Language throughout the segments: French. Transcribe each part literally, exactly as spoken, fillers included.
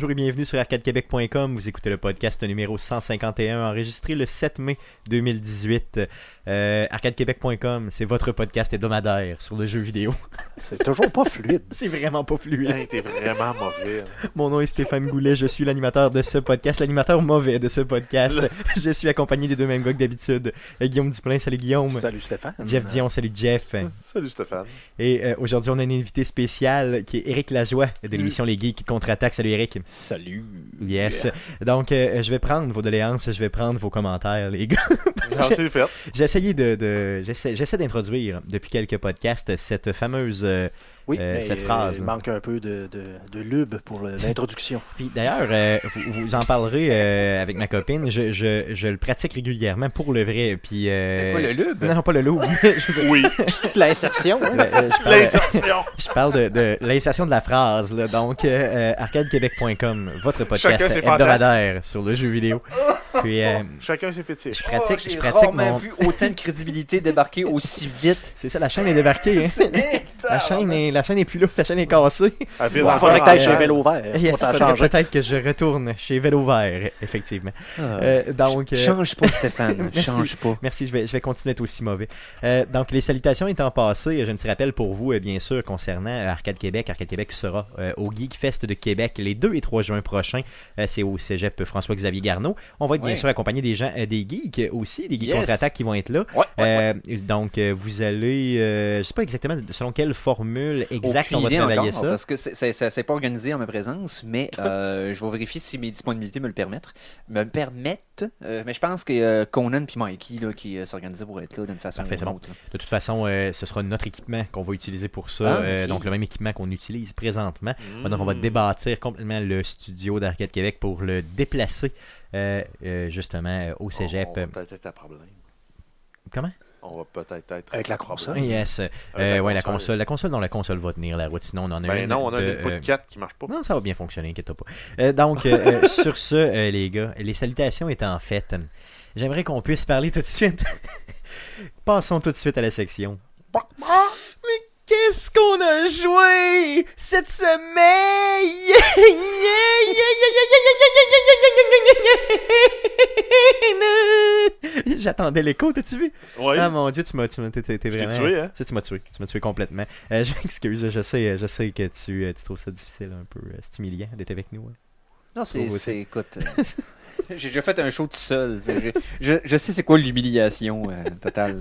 bonjour et bienvenue sur arcade québec point com. Vous écoutez le podcast numéro cent cinquante et un, enregistré le sept mai deux mille dix-huit. Euh, arcade québec point com, c'est votre podcast hebdomadaire sur le jeu vidéo. C'est toujours pas fluide. C'est vraiment pas fluide. Hey, t'es vraiment mauvais. Mon nom est Stéphane Goulet, je suis l'animateur de ce podcast, l'animateur mauvais de ce podcast. Je suis accompagné des deux mêmes gars que d'habitude. Euh, Guillaume Duplain, salut Guillaume. Salut Stéphane. Jeff Dion, salut Jeff. Salut Stéphane. Et euh, aujourd'hui, on a un invité spécial qui est Éric Lajoie de l'émission Les Geeks contre-attaque. Salut Éric. Salut. Yes. Donc, euh, je vais prendre vos doléances, je vais prendre vos commentaires, les gars. Non, c'est fait. J'ai essayé de, de j'essaie, j'essaie d'introduire depuis quelques podcasts cette fameuse euh, Oui, euh, mais cette phrase. Il manque un peu de, de, de lube pour le- l'introduction. Puis d'ailleurs, euh, vous, vous en parlerez euh, avec ma copine. Je, je, je le pratique régulièrement pour le vrai. Puis euh... Quoi, le lube? Non, non, pas le loup. Je veux dire, Oui. L'insertion, hein? le- euh, je parle, L'insertion. je parle de, de l'insertion de la phrase. Là. Donc, euh, arcade québec point com, votre podcast Chacun ses hebdomadaire sur le jeu vidéo. Puis, euh, Chacun ses fétiches. je pratique, Oh, j'ai je pratique rarement mon... vu autant de crédibilité débarquer aussi vite. C'est ça, la chaîne est débarquée. Hein? La chaîne est, la chaîne est plus là, la chaîne est cassée. Elle vire Il dans faudrait le que t'ailles vert. chez Vélo Vert. Yes, Faut t'en faudrait changer. peut-être que je retourne chez Vélo Vert, effectivement. Euh, donc, euh, Change pas, Stéphane. Merci. Change pas. Merci, je vais, je vais continuer à être aussi mauvais. Euh, donc, les salutations étant passées, j'ai un petit rappel pour vous, euh, bien sûr, concernant euh, Arcade Québec. Arcade Québec sera euh, au Geek Fest de Québec les deux et trois juin prochains. Euh, c'est au cégep François-Xavier Garneau. On va être bien Ouais. sûr accompagné des gens, euh, des geeks aussi, des geeks Yes. contre-attaque qui vont être là. Ouais, ouais, Euh, donc, euh, vous allez, euh, je sais pas exactement selon quelle formule exacte Aucune on va idée travailler encore, ça. parce que c'est, c'est, c'est, c'est pas organisé en ma présence, mais euh, je vais vérifier si mes disponibilités me le permettent. Me permettent. Euh, mais je pense que euh, Conan puis Mikey là, qui euh, s'organisaient pour être là d'une façon Parfait, c'est ou bon. d'une autre. là. De toute façon, euh, ce sera notre équipement qu'on va utiliser pour ça. Ah, Euh, ok. donc, le même équipement qu'on utilise présentement. Mmh. Donc, on va débâtir complètement le studio d'Arcade Québec pour le déplacer euh, euh, justement euh, au cégep. On va peut-être être à problème. Comment? On va peut-être être Avec la à problème. console. Yes. Euh, Avec la ouais, la console. console. La console, non, la console va tenir la route. Sinon, on en a Ben une. non, on a de, une input euh, quatre qui marche pas. Non, ça va bien fonctionner, inquiète pas. Euh, donc, euh, euh, sur ce, euh, les gars, les salutations étant faites, j'aimerais qu'on puisse parler tout de suite. Passons tout de suite à la section. Mais qu'est-ce qu'on a joué cette semaine? Yeah, yeah, yeah, yeah, yeah, yeah, yeah, yeah, yeah, yeah, yeah, yeah, yeah. J'attendais l'écho, t'as-tu vu? Oui. Ah mon dieu, tu m'as, tu m'as, t'es, t'es Je t'ai vraiment... tué, hein? Ça, tu m'as tué, tu m'as tué complètement. Euh, je m'excuse, je sais, je sais que tu, euh, tu trouves ça difficile un peu, euh, c'est humiliant d'être avec nous. Hein. Non, c'est, Trouve c'est écoute. euh, j'ai déjà fait un show tout seul. Je, je, je sais c'est quoi l'humiliation euh, totale.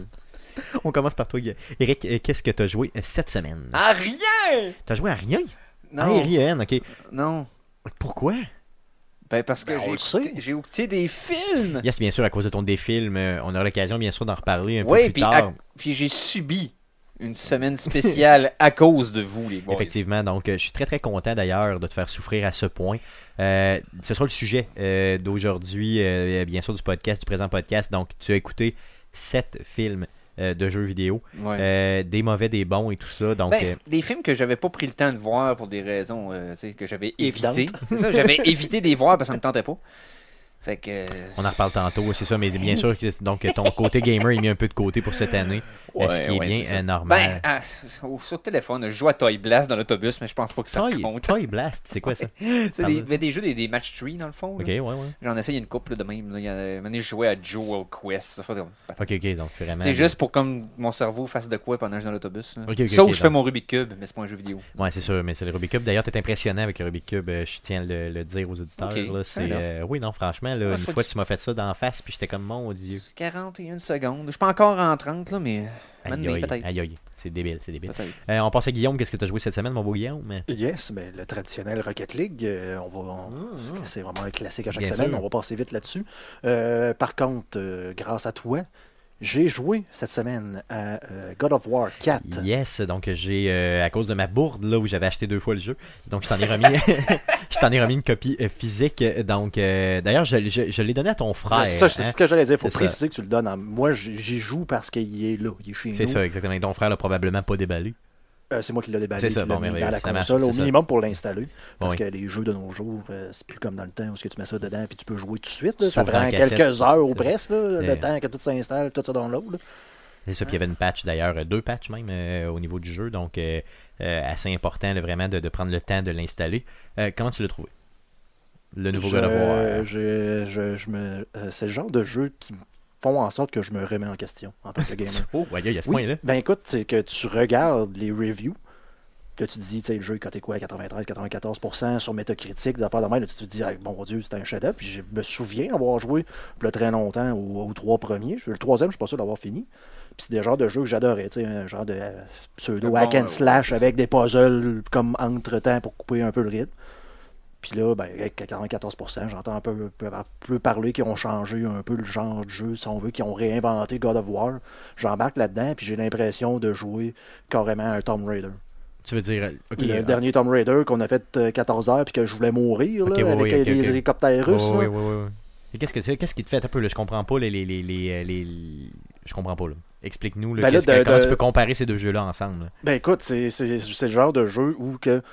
On commence par toi, Guy. Eric, euh, qu'est-ce que t'as joué euh, cette semaine? Ah, rien! T'as joué à rien? Non. Ah, rien, ok. Non. Pourquoi? Ben parce que Ben, on j'ai, le écouté, sait. j'ai écouté des films. Yes, bien sûr, à cause de ton défilm, euh, on aura l'occasion, bien sûr, d'en reparler un peu Oui, plus puis, tard. à- puis j'ai subi une semaine spéciale à cause de vous, les boys. Effectivement, donc euh, je suis très très content d'ailleurs de te faire souffrir à ce point. Euh, ce sera le sujet euh, d'aujourd'hui, euh, bien sûr, du podcast, du présent podcast. Donc, tu as écouté sept films euh, de jeux vidéo, Ouais. euh, des mauvais, des bons et tout ça. Donc, Ben, euh, des films que j'avais pas pris le temps de voir pour des raisons euh, tu sais, que j'avais Évidentes. évité. C'est ça, j'avais évité de les voir parce que ça me tentait pas. Fait que. euh, on en reparle tantôt, c'est ça, mais bien sûr que donc, ton côté gamer est mis un peu de côté pour cette année, euh, ce ouais, qui est ouais, bien c'est ça. euh, normal. Ben, ah, sur sur téléphone, je joue à Toy Blast dans l'autobus, mais je pense pas que ça Toy, compte. Toy Blast, c'est quoi ça? C'est des, ben, des jeux, des, des match three dans le fond. Ok, là. ouais, ouais. J'en ai essayé une couple là, de même. Là. Il y a, un moment donné, je jouais à Jewel Quest. Ça fait- Ok, ok, donc vraiment. C'est juste pour comme mon cerveau fasse de quoi pendant que je suis dans l'autobus. là. Ok, ok, Sauf ok, que je fais donc. mon Rubik's Cube, mais c'est pas un jeu vidéo. Ouais, c'est sûr, mais c'est le Rubik's Cube. D'ailleurs, t'es impressionnant avec le Rubik's Cube, euh, je tiens à le, le dire aux auditeurs. Ok, Là, c'est, fair euh, oui, non, franchement, là, Ah, une je fois fais tu m'as fait ça d'en face, puis j'étais comme, mon Dieu. quarante et une secondes. Je suis pas encore en trente, là, mais. Aïe, Maintenant, aïe, peut-être. aïe, aïe. C'est débile, c'est débile. Peut-être. Euh, on passe à Guillaume, qu'est-ce que tu as joué cette semaine, mon beau Guillaume? Yes, mais le traditionnel Rocket League, euh, on va, on- Mmh, mmh. c'est vraiment un classique à chaque Bien semaine. sûr. On va passer vite là-dessus. Euh, par contre, euh, grâce à toi, j'ai joué cette semaine à euh, God of War quatre. Yes, donc j'ai, euh, à cause de ma bourde, là, où j'avais acheté deux fois le jeu, donc je t'en ai remis, je t'en ai remis une copie euh, physique. Donc, euh, d'ailleurs, je, je, je l'ai donné à ton frère. ça, c'est hein. ce que j'allais dire. Il faut C'est ça. préciser que tu le donnes. à- Moi, j- j'y joue parce qu'il est là. Il est chez C'est nous. ça, exactement. Et ton frère l'a probablement pas déballé. Euh, c'est moi qui l'ai déballé. C'est ça, puis l'ai bon, mis merveilleux, dans la ça marche, console, au c'est ça. minimum pour l'installer. Parce oui. que les jeux de nos jours, euh, c'est plus comme dans le temps où est-ce que tu mets ça dedans puis tu peux jouer tout de suite. là. Ça Sauf dans prend la cassette. quelques heures ou C'est- presque, là, Euh. le temps que tout s'installe, tout ça download. là. C'est ça, puis il y avait une patch d'ailleurs, euh, deux patchs même euh, au niveau du jeu, donc euh, euh, assez important là, vraiment de, de prendre le temps de l'installer. Euh, comment tu l'as trouvé? le nouveau Je- God of War. je- je- je me- euh, c'est le genre de jeu qui font en sorte que je me remets en question en tant que gamer. Oh, ouais, il y a ce Oui, point-là. ben écoute, c'est que tu regardes les reviews, là tu te dis, tu sais, le jeu est coté quoi, quatre-vingt-treize à quatre-vingt-quatorze pour cent sur Metacritic, des affaires de même, là, tu te dis, ah, bon Dieu, c'était un chef-d'œuvre. Puis je me souviens avoir joué là, très longtemps aux, aux trois premiers. Le troisième, je suis pas sûr d'avoir fini. Puis c'est des genres de jeux que j'adorais, tu sais, un genre de euh, pseudo Bon, hack and ouais, slash ouais, c'est avec des puzzles comme entre-temps pour couper un peu le rythme. Puis là, ben, avec quatre-vingt-quatorze pour cent, j'entends un peu, peu, peu parler qu'ils ont changé un peu le genre de jeu, si on veut, qu'ils ont réinventé God of War. J'embarque là-dedans, puis j'ai l'impression de jouer carrément à un Tomb Raider. Tu veux dire, ok, le euh, dernier Tomb Raider qu'on a fait euh, quatorze heures, puis que je voulais mourir, Ok, là, ouais, avec ouais, euh, ok, les ok. hélicoptères ouais, russes. ouais, là. ouais, ouais, ouais. Et qu'est-ce que qu'est-ce qui te fait un peu, là, je comprends pas les, les, les, les, les- je comprends pas, là. Explique-nous, là, Ben là, qu'est-ce que- de- comment de- tu peux comparer ces deux jeux-là ensemble, là? Ben écoute, c'est c'est- c'est le genre de jeu où que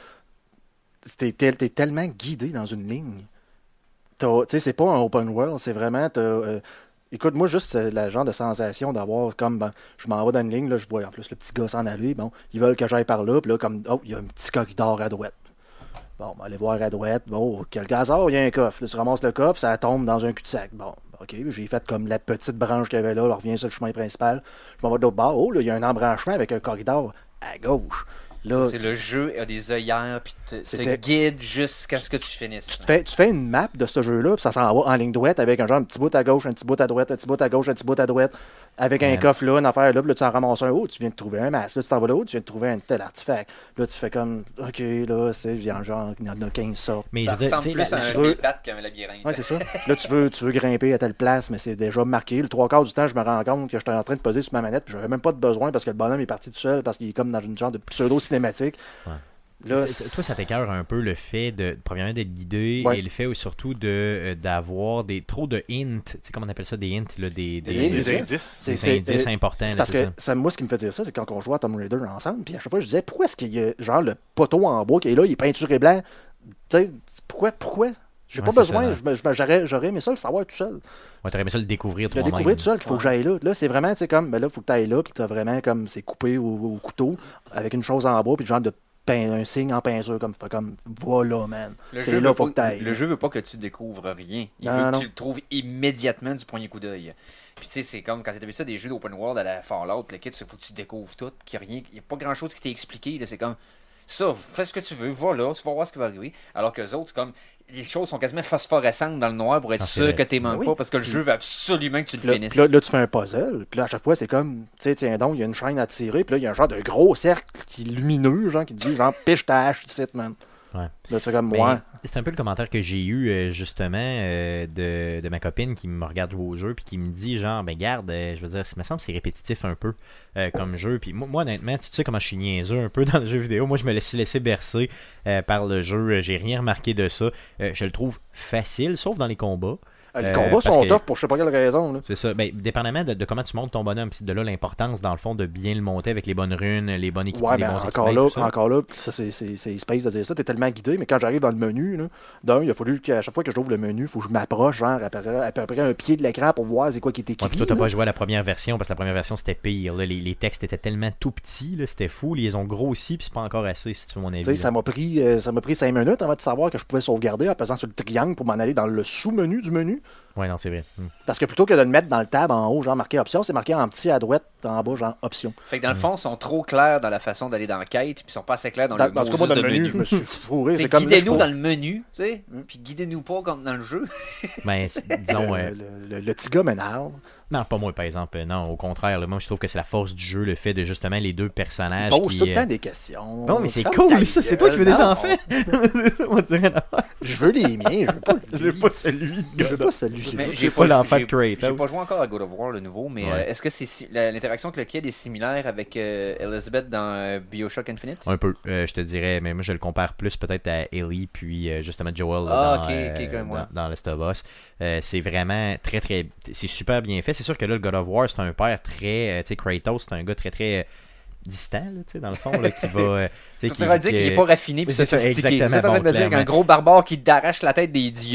t'es tel- t'es tellement guidé dans une ligne. T'as- Tu sais, c'est pas un open world, c'est vraiment... t'as, euh, écoute, moi, juste euh, la genre de sensation d'avoir comme... ben, je m'en vais dans une ligne, là, je vois en plus le petit gars s'en aller, bon, ils veulent que j'aille par là, puis là, comme, oh, il y a un petit corridor à droite. Bon, on va aller voir à droite, bon, quel hasard, il y a un coffre. Là, tu ramasses le coffre, ça tombe dans un cul-de-sac. Bon, ok, j'ai fait comme la petite branche qu'il y avait là, on revient sur le chemin principal, je m'en vais de l'autre bord, oh, là, il y a un embranchement avec un corridor à gauche. Là, Ça, c'est le jeu a des œillères puis te, te C'était- guide jusqu'à ce que tu finisses. tu te, fais, tu fais une map de ce jeu-là, puis ça s'en va en ligne droite avec un genre un petit bout à gauche, un petit bout à droite, un petit bout à gauche, un petit bout à droite, avec un Ouais. coffre là, une affaire là, puis là tu en ramasses un, oh, tu viens de trouver un masque, là tu t'en vas là, oh, tu viens de trouver un tel artefact. Puis là tu fais comme, ok, là, c'est bien genre, il y en a quinze sortes. Mais Ça je veux dire, ressemble tu sais, plus la- à tu un veux- bipad qu'un labyrinthe. Ouais, c'est ça. Là, tu veux, tu veux grimper à telle place, mais c'est déjà marqué. Le trois quarts du temps, je me rends compte que j'étais en train de poser sur ma manette, puis j'avais même pas de besoin parce que le bonhomme est parti tout seul, parce qu'il est comme dans une genre de pseudo-cinématique. Ouais. Là, C'est- toi, ça t'écœure un peu le fait de, premièrement, d'être guidé Ouais. et le fait aussi, surtout de euh, d'avoir des trop de hints. Tu sais comment on appelle ça, des hints, là, des, des, Des hints, Des c'est- indices. c'est- des c'est- indices euh, importants. c'est là, parce c'est que ça. ça, moi, ce qui me fait dire ça, c'est quand on jouait à Tomb Raider ensemble, puis à chaque fois, je disais, pourquoi est-ce qu'il y a genre le poteau en bois qui est là, il est peinturé blanc? Tu sais, pourquoi? Pourquoi? J'ai Ouais, pas c'est besoin, ça, je me- je me- j'aurais j'aurais aimé ça le savoir tout seul. Ouais, t'aurais aimé ça le découvrir Le toi-même. découvrir tout seul qu'il faut Ouais. que j'aille là. Là, c'est vraiment, tu sais, comme, ben là, il faut que tu ailles là, puis tu as vraiment comme, c'est coupé au, au couteau, avec une chose en bois, puis genre de pein- un signe en peinture, comme, fait comme, voilà, man. Le C'est jeu, là, veut faut pas, que t'ailles. le jeu veut pas que tu découvres rien. Il Non, veut non. que tu le trouves immédiatement du premier coup d'œil. Puis tu sais, c'est comme quand tu as vu ça, des jeux d'open world à la Fallout, le kit, il faut que tu découvres tout, qu'il n'y a rien, il y a pas grand chose qui t'est expliqué. là. C'est comme ça, fais ce que tu veux, voilà, tu vas voir ce qui va arriver. Alors que les autres, c'est comme les choses sont quasiment phosphorescentes dans le noir pour être Ah, c'est sûr vrai. que tu manques Oui. pas parce que le jeu veut absolument que tu le Puis là, finisses. puis là, là, tu fais un puzzle, puis là, à chaque fois, c'est comme, tu sais, tiens donc, il y a une chaîne à tirer, puis là, il y a un genre de gros cercle qui est lumineux, genre, qui te dit, genre, piche ta hache ici, man. Ouais. Là, tu fais comme, Mais ouais. c'est un peu le commentaire que j'ai eu euh, justement euh, de, de ma copine qui me regarde jouer au jeu puis qui me dit genre ben garde euh, je veux dire ça me semble que c'est répétitif un peu euh, comme jeu puis moi, moi, honnêtement tu sais comment je suis niaiseux un peu dans le jeu vidéo, moi je me laisse laisser bercer euh, par le jeu, j'ai rien remarqué de ça. Euh, je le trouve facile sauf dans les combats. Euh, les Euh, combats parce sont que- tough pour je sais pas quelle raison, là. C'est ça. Ben, dépendamment de, de comment tu montes ton bonhomme, puis de là l'importance, dans le fond, de bien le monter avec les bonnes runes, les, bonnes équipes, Ouais, les ben bons encore équipements, là, tout ça. encore là, ça c'est c'est- c'est space de dire ça, t'es tellement guidé, mais quand j'arrive dans le menu, là, d'un, il a fallu qu'à chaque fois que j'ouvre le menu, il faut que je m'approche, genre, à peu, près, à peu près un pied de l'écran pour voir c'est quoi qui est écrit. Ouais, puis toi, t'as là. pas joué à la première version, parce que la première version, c'était pire. Là. Les, les textes étaient tellement tout petits, là, c'était fou. Ils les ont grossis, puis c'est pas encore assez, si tu veux mon avis. Tu sais, ça là. m'a pris euh, ça m'a pris cinq minutes avant de savoir que je pouvais sauvegarder en pesant sur le triangle pour m'en aller dans le sous-menu du menu. Ouais, non, c'est vrai. Hum. Parce que plutôt que de le mettre dans le tab en haut, genre marqué option, c'est marqué en petit à droite, en bas, genre option. Fait que dans le fond, ils sont trop clairs dans la façon d'aller dans la quête, puis ils sont pas assez clairs dans, Dans, le dans mot tout cas, moi, dans juste le de menu, menu. je me suis fourré. C'est C'est comme guidez-nous là, dans le menu, tu sais, Mm. puis guidez-nous pas comme dans le jeu. Ben, c'est- disons. le, euh, le, le- le petit gars m'énerve. Non, pas moi, par exemple. Non, au contraire. là, moi, je trouve que c'est la force du jeu, le fait de justement les deux Il personnages. pose qui, tout le euh, temps des questions. Non, mais c'est Ferme cool, ta ça. C'est gueule. toi qui veux des Non, enfants. c'est ça, moi, dire. Je veux les miens, je veux pas Je lui. veux pas celui de Je veux pas celui. Mais j'ai pas l'enfant de j'ai- Kratos. J'ai pas joué encore à God of War le nouveau, mais Ouais. euh, est-ce que c'est si- la- l'interaction avec le kid est similaire avec euh, Elizabeth dans euh, BioShock Infinite? Un peu, euh, je te dirais, mais moi je le compare plus peut-être à Ellie puis euh, justement Joel là, Ah, dans, ok, euh, ok, comme moi. dans, dans Last of Us. Euh, c'est vraiment très très, c'est super bien fait. C'est sûr que là le God of War c'est un père très, euh, tu sais Kratos c'est un gars très très euh, distant là, tu sais dans le fond là qui va, euh, tu sais Tu qui vas dire qu'il est pas raffiné puis c'est ça, sophistiqué. exactement, C'est ça, t'es en train bon, de me dire clairement. qu'un gros barbare qui t'arrache la tête des dieux.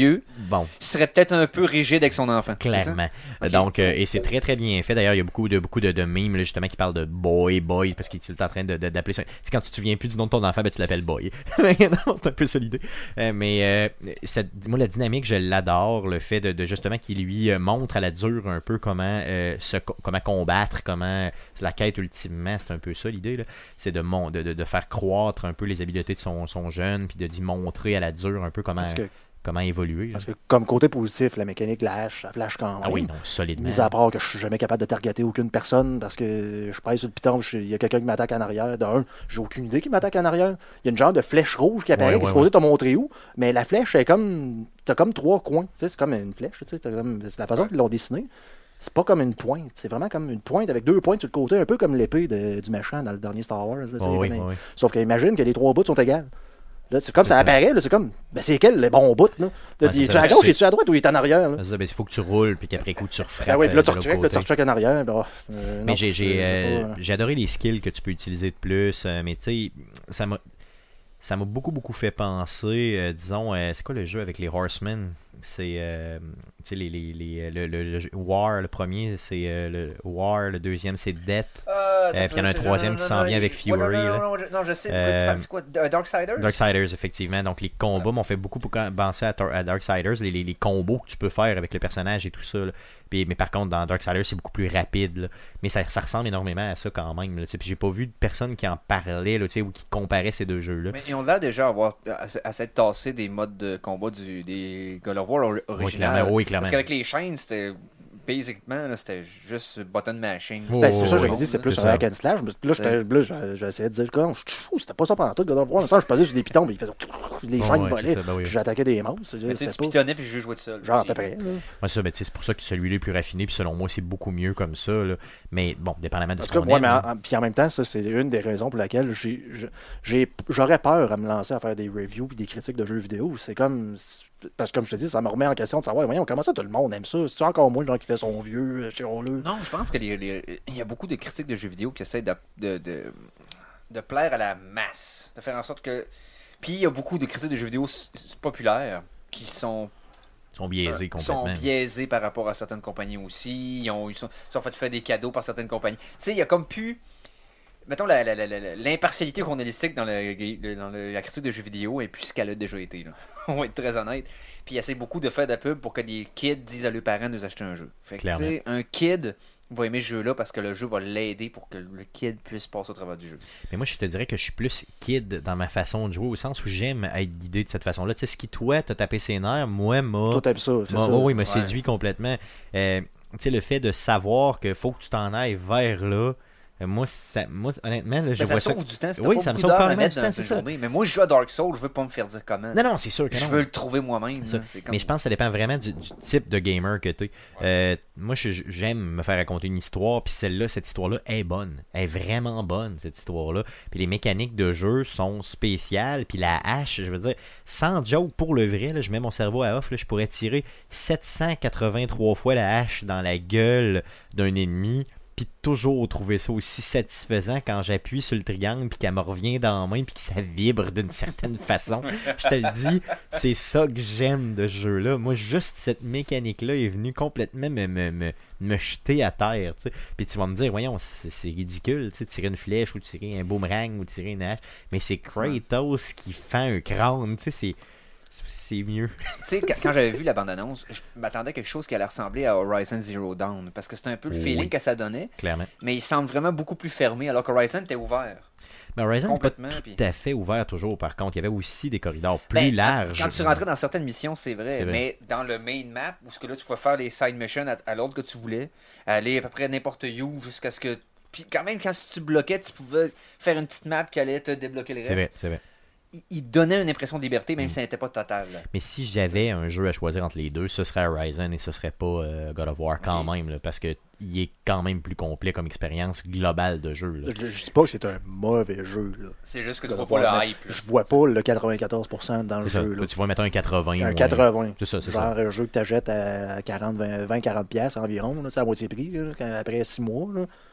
Bon, serait peut-être un peu rigide avec son enfant. c'est ça? clairement. Ok. Donc, euh, et c'est très très bien fait. D'ailleurs, il y a beaucoup de beaucoup de, de memes là, justement qui parlent de boy, boy, parce qu'il est tout le temps en train de, de- d'appeler ça. C'est quand tu te souviens plus du nom de ton enfant, ben, tu l'appelles boy. Non, c'est un peu ça l'idée. Euh, mais euh, cette- moi, la dynamique, je l'adore. Le fait de, de justement qu'il lui euh, montre à la dure un peu comment, euh, se, co- comment combattre, comment. C'est la quête ultimement, c'est un peu ça l'idée. Là. C'est de, mon, de, de, de faire croître un peu les habiletés de son, son jeune, puis de d'y montrer à la dure un peu comment, Parce que, comment évoluer. là. parce que comme côté positif, la mécanique de la hache, ça flash quand même. Ah oui, non, solidement. Mis à part que je suis jamais capable de targeter aucune personne parce que je pèse sur le piton, je- il y a quelqu'un qui m'attaque en arrière. D'un, j'ai aucune idée qui m'attaque en arrière. Il y a une genre de flèche rouge qui apparaît, Ouais, qui est ouais, supposée ouais. te montrer où, mais la flèche est comme. T'as comme trois coins. Tu sais, c'est comme une flèche, tu sais, t'as comme- c'est la façon qu'ils l'ont dessinée. C'est pas comme une pointe, c'est vraiment comme une pointe avec deux pointes sur le côté, un peu comme l'épée de- du méchant dans le dernier Star Wars. là, c'est Oh, oui, comme un- oui. Sauf qu'imagine que les trois bouts sont égales. Là, c'est comme C'est ça, ça. apparaît, là, c'est comme. Ben c'est quel le bon bout, là? Là, Ouais, c'est il est-tu ça. à gauche, C'est- il est-tu à droite ou il est en arrière? Là? C'est ça, ben, il faut que tu roules, puis qu'après coup, tu refrappes. Ben oui, puis là, euh, tu de l'autre recheckes, là, tu côté. recheckes en arrière. Ben, oh, euh, Mais non, j'ai, j'ai, c'est- euh, c'est pas- j'ai adoré les skills que tu peux utiliser de plus, euh, mais tu sais, ça m'a, ça m'a beaucoup, beaucoup fait penser, euh, disons, euh, c'est quoi le jeu avec les Horsemen? C'est, euh, tu sais, les, les, les, le, le- le jeu- War, le premier, c'est euh, le War, le deuxième, c'est Death. Euh, Euh, puis il y en a un c'est- troisième non, qui non, s'en non, vient il- avec ouais, Fury, non, non, là. non, non, non, je sais. de quoi Euh, tu parles, c'est quoi D- Darksiders? Darksiders, effectivement. Donc, les combats m'ont fait beaucoup, beaucoup penser à, Tor- à Darksiders, les, les, les combos que tu peux faire avec le personnage et tout ça. là. Puis, mais par contre, dans Darksiders, c'est beaucoup plus rapide. là. Mais ça, ça ressemble énormément à ça quand même. Là, tu sais. Puis j'ai pas vu de personne qui en parlait là, tu sais, ou qui comparait ces deux jeux-là. Mais ils ont l'air déjà avoir à s'être tassé des modes de combat du, des God of War or- Oui, original. clairement. Oui, clairement. Parce qu'avec les chaînes, c'était basiquement, là, c'était juste button mashing. Oh, Ben, c'est pour ça que oui, j'avais dit c'est plus c'est un ça. hack and slash. Mais là, j'étais- là, j'ai- j'essayais de dire que c'était pas ça pendant tout, God of War. Ça, je pesais sur des pitons, puis il faisait les Oh, chaînes ouais, volaient, c'est ça, ben oui. puis j'attaquais des monstres. Mais tu sais, C'était tu pas- pitonnais puis je jouais tout seul. Genre à Aussi. peu près. là. Ouais, ça, ben, tu sais, c'est pour ça que celui-là est plus raffiné. Puis selon moi, c'est beaucoup mieux comme ça. Là. Mais bon, dépendamment de En ce tout cas, qu'on moi, aime. mais hein. en, en- puis en même temps, ça, c'est une des raisons pour laquelle j'ai, je- j'ai, j'aurais peur à me lancer à faire des reviews et des critiques de jeux vidéo. C'est comme. Parce que, comme je te dis, ça me remet en question de savoir, voyons, comment ça tout le monde aime ça? C'est encore moi, le genre qui fait son vieux, chez le Non, je pense qu'il y a beaucoup de critiques de jeux vidéo qui essaient de, de, de, de plaire à la masse. De faire en sorte que. Puis il y a beaucoup de critiques de jeux vidéo s- s- populaires qui sont Ils sont biaisés euh, sont complètement. biaisés par rapport à certaines compagnies aussi. Ils, ont, ils sont, ils sont fait faire des cadeaux par certaines compagnies. Tu sais, il y a comme plus. Mettons, la- la- la- la- l'impartialité journalistique dans, le, dans le- la critique de jeux vidéo est plus ce qu'elle a déjà été. Là. On va être très honnête. Puis il essaie beaucoup de faire de la pub pour que des kids disent à leurs parents de nous acheter un jeu. Fait que, tu Clairement. sais, un kid va aimer ce jeu-là parce que le jeu va l'aider pour que le kid puisse passer au travers du jeu. Mais moi, je te dirais que je suis plus kid dans ma façon de jouer, au sens où j'aime être guidé de cette façon-là. Tu sais, ce qui, toi, t'as tapé ses nerfs, moi, m'a. Toi, t'aimes ça. c'est Moi, ça. oh oui, il m'a Ouais. séduit complètement. Euh, tu sais, le fait de savoir qu'il faut que tu t'en ailles vers là, euh, moi, ça, moi honnêtement, là, je Mais ça vois me ça. sauve du temps. Si Oui, t'as ça pas me beaucoup sauve d'heures à carrément mettre du dans temps, c'est une ça. journée. Mais moi, je joue à Dark Souls, je veux pas me faire dire comment. Non, non, c'est sûr que Je non. veux le trouver moi-même. C'est ça. là. C'est comme- Mais je pense que ça dépend vraiment du, du type de gamer que tu es. Moi, je- j'aime me faire raconter une histoire, puis celle-là, cette histoire-là est bonne. Elle est vraiment bonne, cette histoire-là. Puis les mécaniques de jeu sont spéciales, puis la hache, je veux dire, sans joke, pour le vrai, là, je mets mon cerveau à off, là, je pourrais tirer sept cent quatre-vingt-trois fois la hache dans la gueule d'un ennemi, puis toujours trouver ça aussi satisfaisant quand j'appuie sur le triangle puis qu'elle me revient dans la main puis que ça vibre d'une certaine façon. Je te le dis, c'est ça que j'aime de ce jeu-là. Moi, juste cette mécanique-là est venue complètement me, me, me, me jeter à terre. Tu sais. Puis tu vas me dire, voyons, c'est, c'est ridicule, tu sais, tirer une flèche ou tirer un boomerang ou tirer une hache, mais c'est Kratos qui fait un crâne, tu sais, c'est... C'est mieux. Tu sais, quand, quand j'avais vu la bande-annonce, je m'attendais à quelque chose qui allait ressembler à Horizon Zero Dawn. Parce que c'était un peu le Oui. feeling que ça donnait. Clairement. Mais il semble vraiment beaucoup plus fermé, alors qu'Horizon était ouvert. Mais Horizon n'est pas Complètement, tout puis- à fait ouvert toujours, par contre. Il y avait aussi des corridors plus Ben, larges. Quand tu rentrais dans certaines missions, c'est vrai, C'est vrai. Mais dans le main map, où ce que là, tu pouvais faire les side missions à, à l'ordre que tu voulais, aller à peu près n'importe où jusqu'à ce que. Puis quand même, quand si tu bloquais, tu pouvais faire une petite map qui allait te débloquer le reste. C'est vrai, c'est vrai. Il, il donnait une impression de liberté, même Mm. si ça n'était pas total. là. Mais si j'avais un jeu à choisir entre les deux, ce serait Horizon et ce serait pas euh, God of War quand Ok. même, là, parce que il est quand même plus complet comme expérience globale de jeu. là. Je, je dis pas que c'est un mauvais jeu. Là. C'est juste que tu God vois of War, pas mais le hype. là. Je vois pas le quatre-vingt-quatorze pour cent dans le C'est ça. jeu. Là. Là, tu vas mettre un quatre-vingts. Un ou quatre-vingts. C'est ça, c'est Genre ça. un jeu que tu achètes à quarante, vingt, quarante piastres environ. là, C'est à moitié prix, là, quand- après six mois. Là.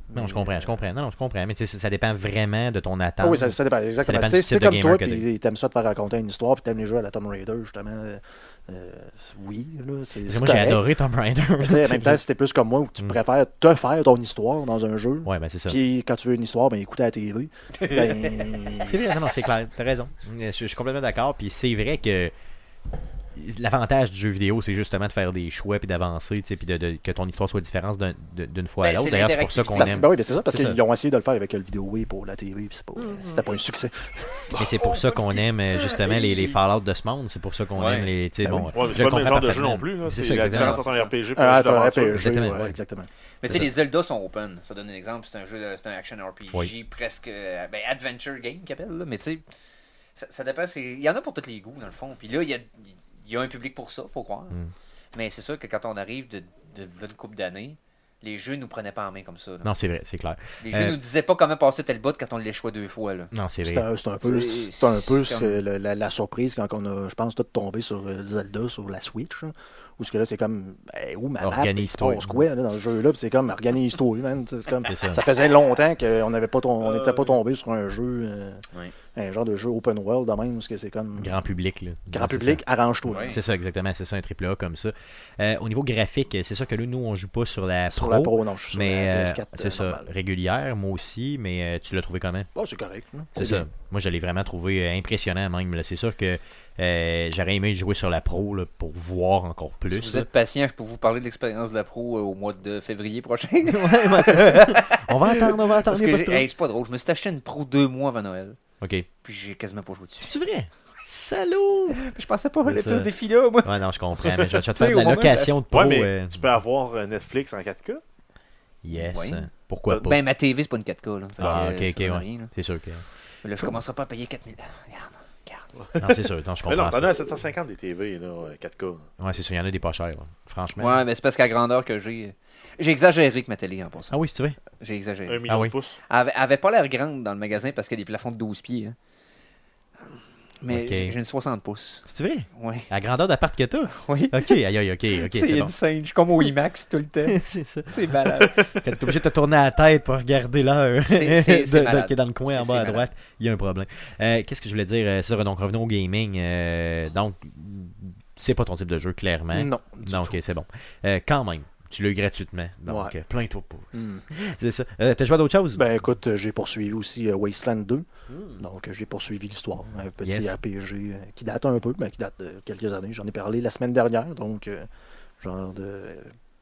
Non, je comprends, je comprends. Non, non, je comprends. Mais tu sais, ça, ça dépend vraiment de ton attente. Ah oui, ça, ça dépend, exactement. dépend Si du c'est type de comme gamer toi, que puis t'aimes ça te faire raconter une histoire, puis t'aimes les jeux à la Tomb Raider, justement, euh, euh, oui, là, c'est Moi, c'est j'ai correct. adoré Tomb Raider. Mais tu sais, en même temps, si t'es plus comme moi, où tu Mm. préfères te faire ton histoire dans un jeu, Ouais, ben c'est ça. puis quand tu veux une histoire, ben écoute à la T V. Ben, C'est vrai, non, non, c'est clair, t'as raison. Je, je suis complètement d'accord. Puis c'est vrai que l'avantage du jeu vidéo, c'est justement de faire des choix puis d'avancer, tu sais, puis de, de- que ton histoire soit différente d'un- de- d'une fois à Ben, l'autre. c'est D'ailleurs, c'est pour ça qu'on parce- aime. ben oui, ben c'est ça, parce C'est qu'ils ont essayé de le faire avec le vidéo Wii pour la T V, puis c'est pas, c'était pas un succès. Et c'est pour ça qu'on aime euh, justement les, les Fallout de ce monde. C'est pour ça qu'on Ouais. aime les. Tu sais, Ben bon, oui. Ouais, mais je c'est le pas le même comprends genre de jeu parfaitement. non plus. là. C'est C'est ça, la exactement. différence entre un R P G et Ah, un jeu t'as un d'aventure. R P G, Exactement, ouais, ouais. exactement. Mais tu sais, les Zelda sont open. Ça donne un exemple. C'est un jeu, de- c'est un action R P G Oui. presque. euh, Ben, adventure game qu'ils appellent, là. Mais tu sais, ça, ça dépend. c'est- Il y en a pour tous les goûts, dans le fond. Puis là, il y a, il y a un public pour ça, faut croire. Mm. Mais c'est sûr que quand on arrive de, de, de, une couple d'années, les jeux nous prenaient pas en main comme ça. là. Non, c'est vrai, c'est clair. Les jeux Euh, nous disaient pas comment passer tel bout quand on l'échouait deux fois. Là. Non, c'est C'est vrai. un, c'est un peu, C'est- c'est un peu c'est ce- le- la, la surprise quand on a, je pense, tout tombé sur euh, Zelda, sur la Switch. Là, où ce que là, c'est comme, ben, où ma map, il se Organise-toi. passe quoi là, dans le jeu-là, puis c'est comme, organise-toi, man. tu sais, C'est comme, C'est ça. ça faisait longtemps qu'on n'avait pas, tom- on n'était pas tombé sur un jeu, euh, Ouais. un genre de jeu open world, de même, parce que c'est comme, Grand public, là. grand Ouais, c'est public, arrange-toi. Ouais. C'est ça, exactement. C'est ça, un triple A comme ça. Euh, au niveau graphique, c'est sûr que là, nous, on joue pas sur la Sur Pro. la Pro, non, je suis sur Mais la euh, P S quatre. c'est euh, ça, normale. régulière, moi aussi, mais euh, tu l'as trouvé comment? Oh, c'est correct. hein. C'est ça. Moi, je l'ai vraiment trouvé euh, impressionnant même. là. C'est sûr que euh, j'aurais aimé jouer sur la Pro là, pour voir encore plus. Si vous là. êtes patient, je peux vous parler de l'expérience de la pro euh, au mois de février prochain. Ouais, ouais, c'est ça. On va attendre, on va attendre. Parce y a que pas de j'ai- trouble. hey, c'est pas drôle. Je me suis acheté une pro deux mois avant Noël. Ok. Puis j'ai quasiment pas joué dessus. C'est vrai? Salaud! Je pensais pas C'est aller ça. faire ce défi-là, moi. Ouais, non, je comprends. Mais je vais te Tu sais, faire de au la moment, location de Pro. Ouais, mais euh, tu peux avoir euh, Netflix en quatre K. Yes. Ouais. Pourquoi pas? Ben, ma T V, c'est pas une quatre K. Là. Fait Ah, que, ok, ok, ça donne ouais. rien, là. C'est sûr que. Mais là, je commencerai pas à payer quatre mille. Regarde, regarde. Non, c'est sûr. Non, je Mais non, comprends t'en as ça. à sept cent cinquante des T V, là, euh, quatre K. Ouais, c'est sûr. Il y en a des pas chers. là. Franchement. Ouais, mais c'est parce qu'à la grandeur que j'ai. J'ai exagéré avec ma télé en passant. Ah oui, si tu veux. J'ai exagéré. Un million Ah oui. de pouces. Elle avait, elle avait pas l'air grande dans le magasin parce qu'il y a des plafonds de douze pieds. hein. Mais Ok. j'ai j'ai une soixante pouces. C'est vrai? Ouais. À la grandeur d'appart que t'as? Oui. Ok, aïe, aïe, ok, ok, c'est c'est bon. insane. Je suis comme au IMAX tout le temps. c'est ça. C'est malade. Quand t'es obligé de te tourner la tête pour regarder l'heure C'est- c'est- de- c'est de- malade. qui est dans le coin en C'est- bas à c'est droite, il y a un problème. Euh, Qu'est-ce que je voulais dire? Euh, C'est ça, donc revenons au gaming. Euh, donc, c'est pas ton type de jeu, clairement. Non. du Non, tout. ok, c'est bon. Euh, quand même, tu l'as eu gratuitement. Donc, Ouais. euh, plains-toi pas. Hmm. C'est ça. Euh, T'as joué à d'autres choses? Ben écoute, euh, j'ai poursuivi aussi euh, Wasteland deux. Donc euh, j'ai poursuivi l'histoire. Un petit Yes. R P G euh, qui date un peu, mais qui date de quelques années. J'en ai parlé la semaine dernière. Donc euh, genre de euh,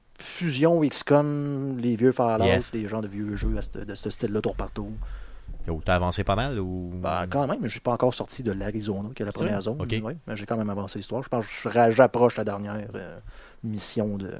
fusion X COM, les vieux Fallout, Yes. les genres de vieux jeux à ce- de ce style-là tour partout. Oh, T'as avancé pas mal ou. Ben, quand même, je suis pas encore sorti de l'Arizona, qui est la C'est première vrai? zone. Ok. Ouais, mais j'ai quand même avancé l'histoire. Je pense que je ra- j'approche la dernière euh, mission de,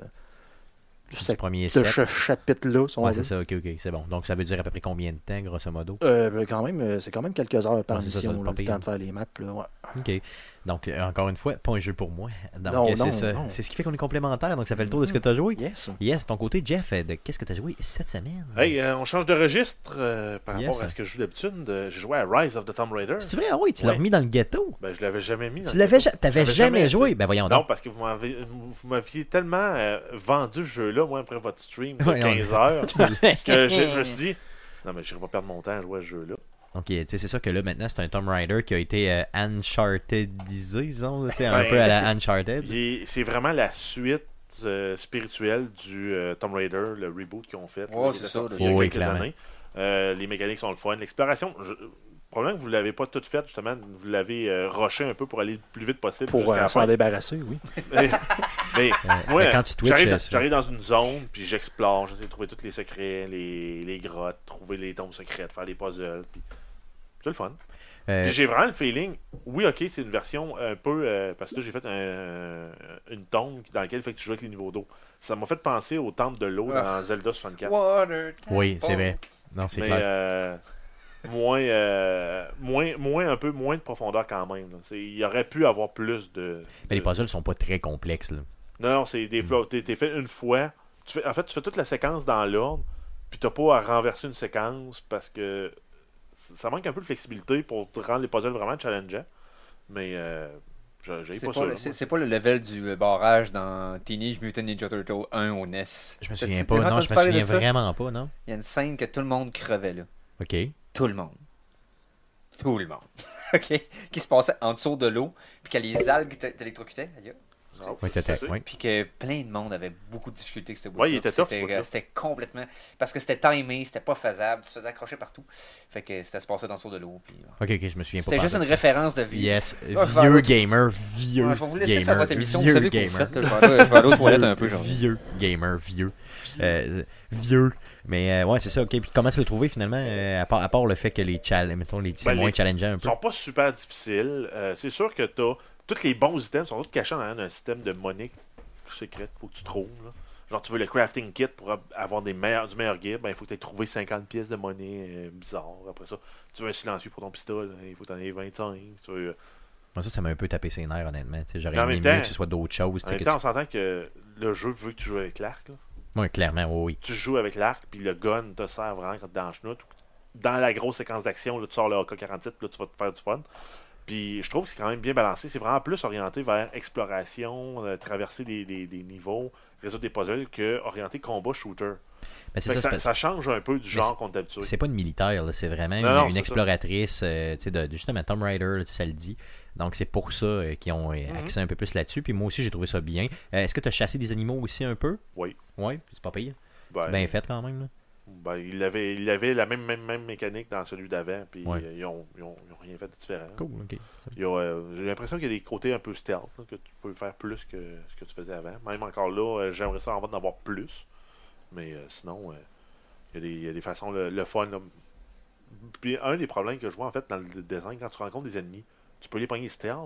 de, Du ce- premier de set. ce chapitre-là. si on Ouais, veut. c'est ça, ok, ok, c'est bon. Donc, ça veut dire à peu près combien de temps, grosso modo? Euh, ben, quand même, euh, c'est quand même quelques heures par Ouais, c'est ça, ça mission, doit là, pas le pire. temps de faire les maps. Là, ouais. Ok. Donc, euh, encore une fois, pas un jeu pour moi. Donc, Non, euh, c'est non, ça. non. C'est ce qui fait qu'on est complémentaires. Donc, ça fait le tour de ce que tu as joué. Yes. Yes, ton côté, Jeff, euh, de qu'est-ce que tu as joué cette semaine? Hey, euh, on change de registre euh, par Yes. rapport à ce que je joue d'habitude. Euh, J'ai joué à Rise of the Tomb Raider. C'est vrai? Ah oui, tu l'as Ouais. remis dans le ghetto. Ben, je l'avais jamais mis. dans Tu le l'avais ghetto. ja- t'avais J'avais jamais, jamais joué? essayé. Ben voyons Non, donc. parce que vous m'avez- vous m'aviez tellement euh, vendu ce jeu-là, moi, après votre stream de Voyons. quinze heures, que j'ai- je me suis dit, non, mais je ne vais pas perdre mon temps à jouer à ce jeu-là. Donc, tu sais, c'est sûr que là, maintenant, c'est un Tomb Raider qui a été euh, Unchartedisé, disons, tu sais, un Ben, peu à la Uncharted. Il est- C'est vraiment la suite euh, spirituelle du euh, Tomb Raider, le reboot qu'ils ont fait. Ouais, là, qui c'est est ça, sorti là. il y a Oui, quelques clairement. années. Euh, les mécaniques sont le fun. L'exploration, je- le problème que vous ne l'avez pas toute faite, justement, vous l'avez euh, rushé un peu pour aller le plus vite possible. Pour jusqu'à euh, la s'en fin. débarrasser, oui. Mais, mais moi, mais quand tu Twitch, j'arrive euh, j'arrive dans une zone, puis j'explore, j'essaie de trouver tous les secrets, les, les grottes, trouver les tombes secrètes, faire les puzzles, puis c'est le fun. Euh, Puis j'ai vraiment le feeling, oui, ok, c'est une version un peu, euh, parce que là, j'ai fait un- une tombe dans laquelle il fait que tu joues avec les niveaux d'eau. Ça m'a fait penser au temple de l'eau Ah. dans Zelda soixante-quatre. Water. oui, c'est vrai. Non, c'est Mais clair. euh, moins, euh, moins, moins, un peu moins de profondeur quand même. là. C'est- Il y aurait pu avoir plus de. Mais les de- puzzles sont pas très complexes, là. Non, non, c'est des flots. T'es t'es fait une fois. Tu fais, en fait, tu fais toute la séquence dans l'ordre, puis t'as pas à renverser une séquence parce que ça manque un peu de flexibilité pour te rendre les puzzles vraiment challengeants. Mais euh, Je- J'ai C'est pas pas, ça. le- là, c'est- moi. c'est pas le level du euh, barrage dans Teenage Mutant Ninja Turtle un au N E S. Je me T'as- souviens t'as pas. déjà Non, entendu je me parler de souviens ça? vraiment pas, non? Il y a une scène que tout le monde crevait, là. Ok. Tout le monde. Tout le monde. OK? Qui se passait en dessous de l'eau, puis que les algues t- t'électrocutaient, aïe. Ah, Oui, t'étais. c'est- Oui. Puis que plein de monde avait beaucoup de difficultés avec ce bout. Ouais, il était tough, ce C'était bout-là. c'était complètement. Parce que c'était timé, c'était pas faisable, tu te faisais accrocher partout. Fait que ça se passait dans le dessous de l'eau. Puis... Ok, ok, je me souviens pas. C'était juste une pantoute. référence de vie. Yes, je vais vieux aller- gamer, vieux Ouais, je vais vous laisser gamer, faire votre émission. Vous vieux savez que vous gamer. faites. Là. Je vais aller- je vais aller aux toilettes un peu. Genre. Vieux gamer, vieux. Euh, vieux. Mais euh, ouais, c'est ça, ok. Puis comment tu l'as trouvé finalement, euh, à, part, à part le fait que les challenges, mettons, les, c'est Ben, moins les- challengeant un Ils peu. sont pas super difficiles. Euh, c'est sûr que t'as. Tous les bons items sont tous cachés dans un système de monnaie secrète. Faut que tu trouves. Là. Genre, tu veux le crafting kit pour avoir des meilleurs, du meilleur gear. Ben, il faut que tu aies trouvé cinquante pièces de monnaie euh, bizarres. Après ça, tu veux un silencieux pour ton pistolet. Il faut que tu en aies vingt-cinq. Tu veux... Moi, ça, ça m'a un peu tapé ses nerfs, honnêtement. Tu sais, j'aurais Mais en aimé même mieux temps- que ce soit d'autres choses. tu En sais, même que temps, tu- on s'entend que le jeu veut que tu joues avec l'arc. là. Moi, clairement, oui, oui. Tu joues avec l'arc, puis le gun te sert vraiment quand t'es dans le chenoute. Dans la grosse séquence d'action, là, tu sors le A K quarante-sept, puis là, tu vas te faire du fun. Puis je trouve que c'est quand même bien balancé. C'est vraiment plus orienté vers exploration, euh, traverser des, des, des niveaux, résoudre des puzzles, que orienté combat shooter. Ben, c'est Fait que ça, ça, c'est ça change un peu du Mais genre qu'on est habitué. c'est pas une militaire, là, c'est vraiment Non, une, non, une c'est exploratrice, euh, tu sais, de, de- justement Tomb Raider, là, tu sais, ça le dit. Donc c'est pour ça euh, qu'ils ont euh, Mhm. axé un peu plus là-dessus. Puis moi aussi j'ai trouvé ça bien. Euh, Est-ce que tu as chassé des animaux aussi un peu? Oui. Oui, c'est pas pire. Ben, Bien fait quand même. Là. ben, il, avait, il avait la même, même, même mécanique dans celui d'avant, puis Ouais. euh, ils, ont, ils, ont, ils ont rien fait de différent. Cool, ok. Il y a, euh, J'ai l'impression qu'il y a des côtés un peu stealth, là, que tu peux faire plus que ce que tu faisais avant. Même encore là, euh, j'aimerais ça en avoir plus. Mais euh, sinon, euh, il, y a des, il y a des façons, le, le fun. Là. Puis un des problèmes que je vois en fait dans le design, quand tu rencontres des ennemis, tu peux les pogner stealth.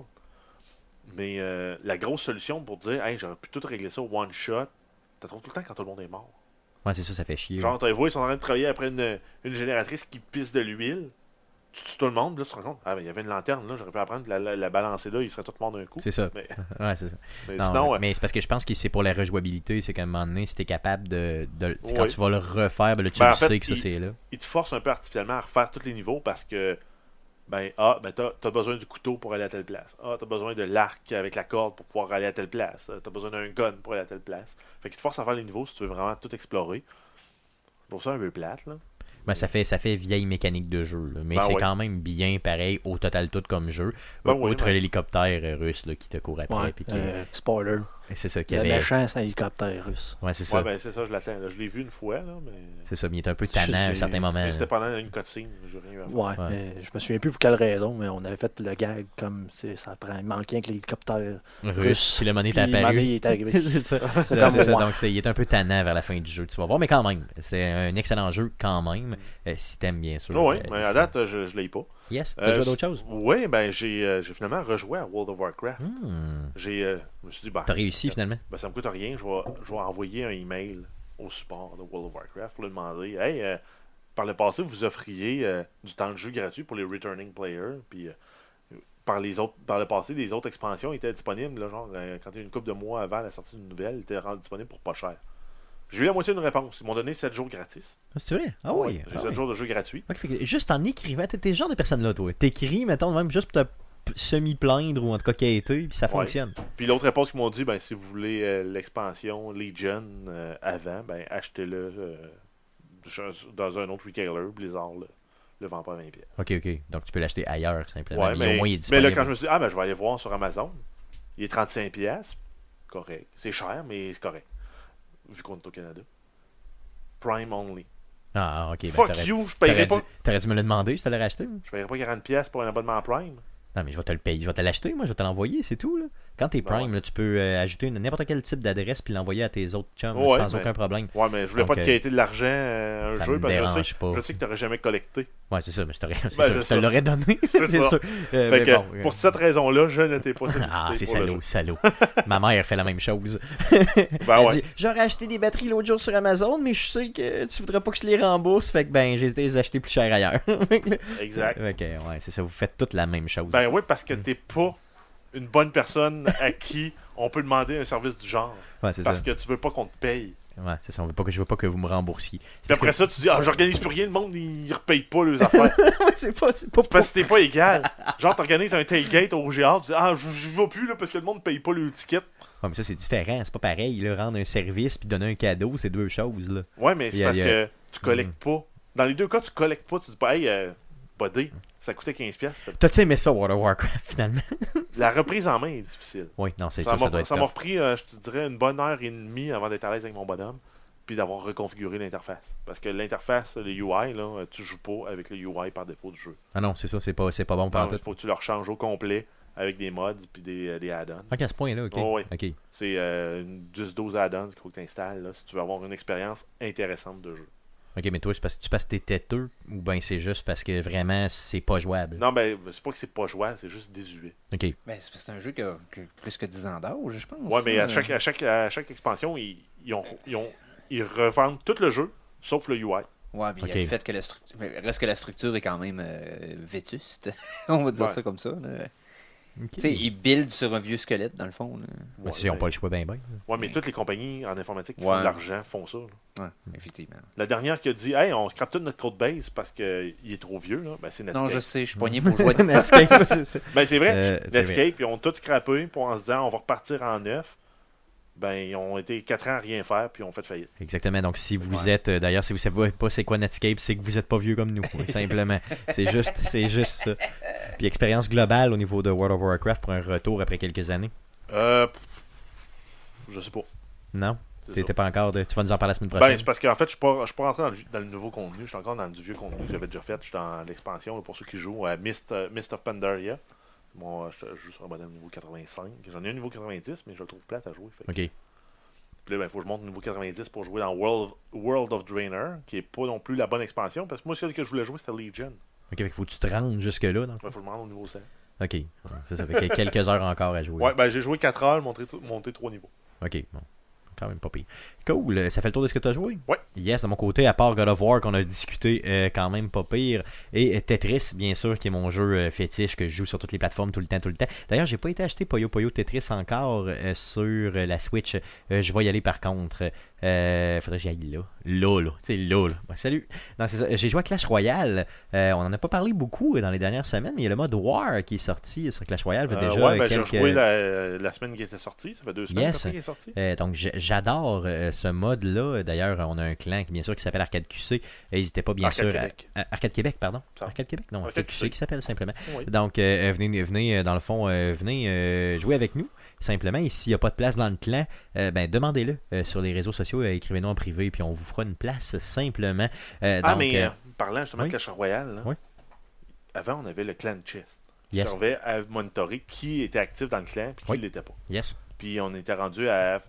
Mais euh, la grosse solution pour dire, hey, j'aurais pu tout régler ça au one shot, t'as trouvé tout le temps quand tout le monde est mort. Ouais, c'est ça, ça fait chier. Genre, t'as vu, ils sont en train de travailler après une, une génératrice qui pisse de l'huile. Tu tues tout le monde, là, tu te rends compte, ah, ben, il y avait une lanterne, là, j'aurais pu apprendre la, la, la balancer là, ils seraient tous morts d'un coup. C'est ça. Mais, Ouais, c'est ça. mais Non, sinon, mais, euh, mais c'est parce que je pense que c'est pour la rejouabilité. C'est qu'à un moment donné, si t'es capable de. de tu sais, quand Oui. tu vas le refaire, ben là, tu Ben, le en fait, sais que ça, il- c'est là. ils te forcent un peu artificiellement à refaire tous les niveaux parce que, ben, ah, ben, t'as as besoin du couteau pour aller à telle place. Ah, t'as besoin de l'arc avec la corde pour pouvoir aller à telle place. Ah, t'as besoin d'un gun pour aller à telle place. Fait qu'ils te forcent à faire les niveaux si tu veux vraiment tout explorer. Je trouve ça un peu plate, là. Ben, ça fait, ça fait vieille mécanique de jeu. Là. Mais Ben c'est ouais. quand même bien pareil au total tout comme jeu. Ben Outre oui, ben- l'hélicoptère euh, russe là, qui te court après. Ouais, puis qui- euh, spoiler. C'est ça qui Le avait. méchant, c'est un hélicoptère russe. Ouais, c'est ça. Ouais, ben, c'est ça, je l'attends. là. Je l'ai vu une fois, là, mais. C'est ça, mais il est un peu tannant à un C'est- certain moment. mais C'était là. pendant une cutscene, j'ai rien eu à faire. Ouais, Ouais. mais je me souviens plus pour quelle raison, mais on avait fait le gag comme c'est- ça prend. Il manquait un que l'hélicoptère Russe. russe. Puis le monnaie est Puis apparu. Mané est arrivé. c'est ça. C'est Là, comme c'est ça. moi. Donc, c'est- il est un peu tannant vers la fin du jeu, tu vas voir. Mais quand même, c'est un excellent jeu quand même. Euh, si t'aimes, bien sûr. Oh, oui, euh, mais à si date, je, je l'ai pas. t'aimes. Yes, t'as Euh, joué à d'autres choses? Oui, ben, j'ai euh, j'ai finalement rejoué à World of Warcraft. Hmm. J'ai, euh, je me suis dit, ben, T'as réussi finalement? ben, ça me coûte rien, je vais, je vais envoyer un email au support de World of Warcraft pour lui demander, hey, euh, par le passé, vous offriez euh, du temps de jeu gratuit pour les returning players, puis euh, par les autres, par le passé, les autres expansions étaient disponibles, là, genre euh, quand il y a une couple de mois avant la sortie d'une nouvelle, ils étaient rendus disponibles pour pas cher. J'ai eu la moitié d'une réponse. Ils m'ont donné sept jours gratis. Ah, c'est vrai? Ah oui. J'ai ah sept oui. jours de jeu gratuit. Ok, fait que juste en écrivant, t'es t'es ce genre de personne-là, toi. T'écris, mettons, même juste pour te p- semi-plaindre ou en tout cas quêter, puis ça Ouais. fonctionne. Puis l'autre réponse qu'ils m'ont dit, ben si vous voulez euh, l'expansion Legion euh, avant, ben achetez-le euh, dans un autre retailer, Blizzard le, le vend pas à vingt pièces. Ok, ok. Donc tu peux l'acheter ailleurs, simplement. Ouais, mais, mais, au moins, il est mais disponible. là, quand je me suis dit, ah ben je vais aller voir sur Amazon, il est trente-cinq pièces, correct. C'est cher, mais c'est correct. Vu qu'on est au Canada. Prime only. Ah, ok. Ben, Fuck t'aurais- you, je T'aurais paierai dû, pas. t'aurais dû me le demander, je te l'aurais acheté. Je paierai pas quarante pièces pour un abonnement Prime. Non, mais je vais te le payer, je vais te l'acheter, moi, je vais te l'envoyer, c'est tout, là. Quand t'es Ben Prime, ouais. là, tu peux euh, ajouter une- n'importe quel type d'adresse puis l'envoyer à tes autres chums Ouais, sans mais- aucun problème. Ouais, mais je voulais Donc, pas te euh, quêter de l'argent euh, un ça jeu me parce que je dérange sais, pas. je sais que t'aurais jamais collecté. Ouais, c'est ça, mais je, t'aurais- c'est Ben, sûr, c'est je te ça. l'aurais donné. C'est c'est ça. sûr. Euh, Fait mais que, bon, euh, pour cette raison-là, je n'étais pas sollicité Ah, c'est pour le salaud, jeu. salaud. Ma mère fait la même chose. Ben Elle ouais. dit, j'aurais acheté des batteries l'autre jour sur Amazon, mais je sais que tu voudrais pas que je les rembourse, fait que ben, j'ai été les acheter plus cher ailleurs. Exact. Fait que, ouais, c'est ça, vous faites toutes la même chose. Ben oui, parce que t'es pas une bonne personne à qui on peut demander un service du genre. ouais, c'est Parce ça. que tu veux pas qu'on te paye. Ouais, c'est ça. On veut pas que, je veux pas que vous me remboursiez. C'est Puis après parce ça, tu dis, ah, j'organise plus rien, le monde, il repaye pas les affaires. que- Ouais, c'est pas... C'est pas, C'est parce que t'es pas égal. Genre, t'organises un tailgate au G R, tu dis, ah, je je vais plus, là, parce que le monde paye pas le ticket. Ouais, mais ça, c'est différent. C'est pas pareil. Là, rendre un service puis donner un cadeau, c'est deux choses. Là. Ouais, mais c'est Il y a- parce il y a- que tu collectes pas. Dans les deux cas, tu collectes pas. Tu dis pas, hey, euh, buddy, ça coûtait quinze piastres. T'as-tu aimé ça, World of Warcraft, finalement? La reprise en main est difficile. Oui, non, c'est Ça sûr, ça m'a doit être ça m'a tough. repris, euh, je te dirais, une bonne heure et demie avant d'être à l'aise avec mon bonhomme. Puis d'avoir reconfiguré l'interface. Parce que l'interface, le U I, là, tu joues pas avec le U I par défaut du jeu. Ah non, c'est ça, c'est pas, c'est pas bon pour Il tout. faut que tu le rechanges au complet avec des mods puis des, euh, des add-ons. Ok, à ce point-là, ok. Oh, oui. Ok. C'est euh, une dix douze add-ons qu'il faut que tu installes si tu veux avoir une expérience intéressante de jeu. Ok, mais toi, c'est parce que tu passes tes têteux ou bien c'est juste parce que vraiment c'est pas jouable? Non, ben, c'est pas que c'est pas jouable, c'est juste désuet. Ok. Ben, c'est c'est un jeu qui a, qui a plus que dix ans d'âge, je pense. Ouais, mais à ça. chaque, à chaque, à chaque expansion, ils, ils, ont, ils, ont, ils revendent tout le jeu, sauf le U I. Ouais, puis il y Ok. a le fait que la structure. mais reste que la structure est quand même euh, vétuste. On va dire Ouais. ça comme ça. là. Ok. Tu sais, ils buildent sur un vieux squelette, dans le fond. là. Ben, si ils ont pas le choix, ben, ben. Ouais, mais toutes les compagnies en informatique qui Ouais. font de l'argent font ça. là. Ouais, effectivement. La dernière qui a dit, hey, on scrape toute notre code base parce qu'il est trop vieux, là, ben, c'est Netscape. Non, je sais, je suis poigné pour jouer. Netscape, c'est ça. Ben, c'est vrai, Euh, c'est Netscape, ils ont tout scrappé, puis en se disant, on va repartir en neuf. Ben, ils ont été quatre ans à rien faire, puis ils ont fait faillite. Exactement. Donc, si vous Ouais. êtes, euh, d'ailleurs, si vous savez pas c'est quoi Netscape, c'est que vous êtes pas vieux comme nous. oui, simplement. C'est juste, c'est juste ça. Puis, expérience globale au niveau de World of Warcraft pour un retour après quelques années? Euh. Je sais pas. Non? C'est T'étais ça. pas encore de... Tu vas nous en parler la semaine prochaine? Ben, c'est parce qu'en fait, je suis pas, je suis pas rentré dans le, dans le nouveau contenu. Je suis encore dans du vieux contenu que j'avais déjà fait. Je suis dans l'expansion, là, pour ceux qui jouent à Mist, euh, Mist of Pandaria. Moi, je, je joue sur un bonhomme niveau quatre-vingt-cinq. J'en ai un niveau quatre-vingt-dix, mais je le trouve plate à jouer. Fait que- Ok. Puis là, il faut que je monte niveau quatre-vingt-dix pour jouer dans World, World of Draenor, qui est pas non plus la bonne expansion. Parce que moi, celle que je voulais jouer, c'était Legion. Ok, fait que faut que tu te rendes jusque-là. Donc. Il faut que je me rende au niveau cent. Ok. C'est ça. Fait que quelques heures encore à jouer. Ouais, ben j'ai joué quatre heures, monté, monté trois niveaux. Ok, bon. Quand même pas pire. Cool, ça fait le tour de ce que tu as joué? Ouais. Yes, de mon côté, à part God of War qu'on a discuté, euh, quand même pas pire. Et euh, Tetris, bien sûr, qui est mon jeu euh, fétiche que je joue sur toutes les plateformes tout le temps, tout le temps. D'ailleurs, j'ai pas été acheter Puyo Puyo Tetris encore euh, sur euh, la Switch. Euh, je vais y aller par contre. Euh, faudrait que j'y aille là. Là, là. Tu sais, là, là. Ouais, salut. Non, c'est ça. J'ai joué à Clash Royale. Euh, on en a pas parlé beaucoup dans les dernières semaines, mais il y a le mode War qui est sorti sur Clash Royale. Il y a Euh, déjà ouais, ben quelques... j'ai joué la, la semaine qui était sortie. Ça fait deux semaines Yes. que qu'il est sorti. Euh, donc j- j'adore euh, ce mode-là. D'ailleurs, on a un clan qui, bien sûr qui s'appelle Arcade Q C. Et n'hésitez pas bien Arcade sûr à- Québec. à- Arcade Québec, pardon. Ça. Arcade Québec, non, Arcade Arcade Q C Q C. qui s'appelle simplement. Oui. Donc euh, venez, venez euh, dans le fond, euh, venez euh, jouer avec nous. Simplement, et s'il n'y a pas de place dans le clan, euh, ben demandez-le euh, sur les réseaux sociaux, euh, écrivez-nous en privé, puis on vous fera une place simplement. Euh, Ah, donc, mais euh, euh, parlant justement oui. de Clash Royale, là, Oui. avant, on avait le clan chest. Qui Yes. servait à monitorer qui était actif dans le clan et qui ne Oui. l'était pas. yes, Puis on était rendu à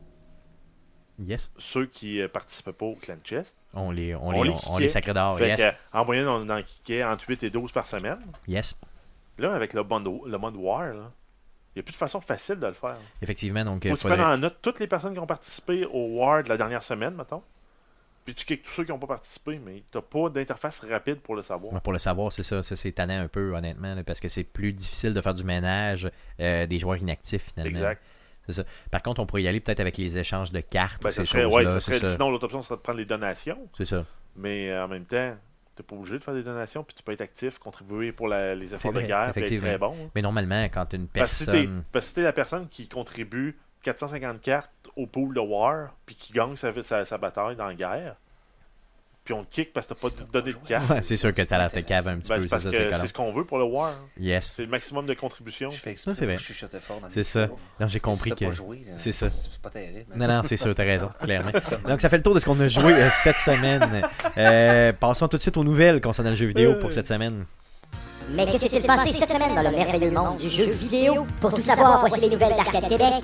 yes, ceux qui euh, participaient pas au clan chest. on les, on On les, les on, on kickait. les sacrait dehors. fait Yes, que, en moyenne, on en kickait entre huit et douze par semaine. yes. Là, avec le mode, le mode War, il n'y a plus de façon facile de le faire. Effectivement, donc Faut euh, que tu prennes en note toutes les personnes qui ont participé au War de la dernière semaine, mettons. Puis tu kicks tous ceux qui n'ont pas participé, mais tu n'as pas d'interface rapide pour le savoir. Ouais, pour le savoir, c'est ça. Ça, c'est tannant un peu, honnêtement, là, parce que c'est plus difficile de faire du ménage euh, des joueurs inactifs, finalement. Exact. C'est ça. Par contre, on pourrait y aller peut-être avec les échanges de cartes Ben, ou ça ces serait, choses-là. ouais, ça c'est serait, ça. sinon, l'autre option serait de prendre les donations. C'est ça. Mais euh, en même temps, tu n'es pas obligé de faire des donations, puis tu peux être actif, contribuer pour la- les efforts C'est de vrai, guerre, puis être effectivement. très bon. hein. Mais normalement, quand une Parce que si t'es- personne... parce que si t'es la personne qui contribue quatre cent cinquante cartes au pool de War, puis qui gagne sa, sa, sa bataille dans la guerre, puis on te kick parce que t'as pas Si t'as donné pas de joué. cartes, Ouais, c'est sûr que t'as la te cave un petit ben, peu, c'est c'est parce ça, que c'est c'est collant. ce qu'on veut pour le War. hein. Yes. C'est le maximum de contribution. Je fais Ça, exprès c'est vrai. pour chuchoter fort dans le C'est ça. micro. Non, j'ai compris Si t'as que... pas joué, là, c'est ça. C'est pas terrible. Non, non, c'est sûr, t'as raison, clairement. Donc, ça fait le tour de ce qu'on a joué euh, cette semaine. Euh, passons tout de suite aux nouvelles concernant le jeu vidéo pour cette semaine. Mais que s'est-il passé cette semaine dans le merveilleux monde du jeu vidéo? Pour tout savoir, voici les nouvelles d'Arcade Québec.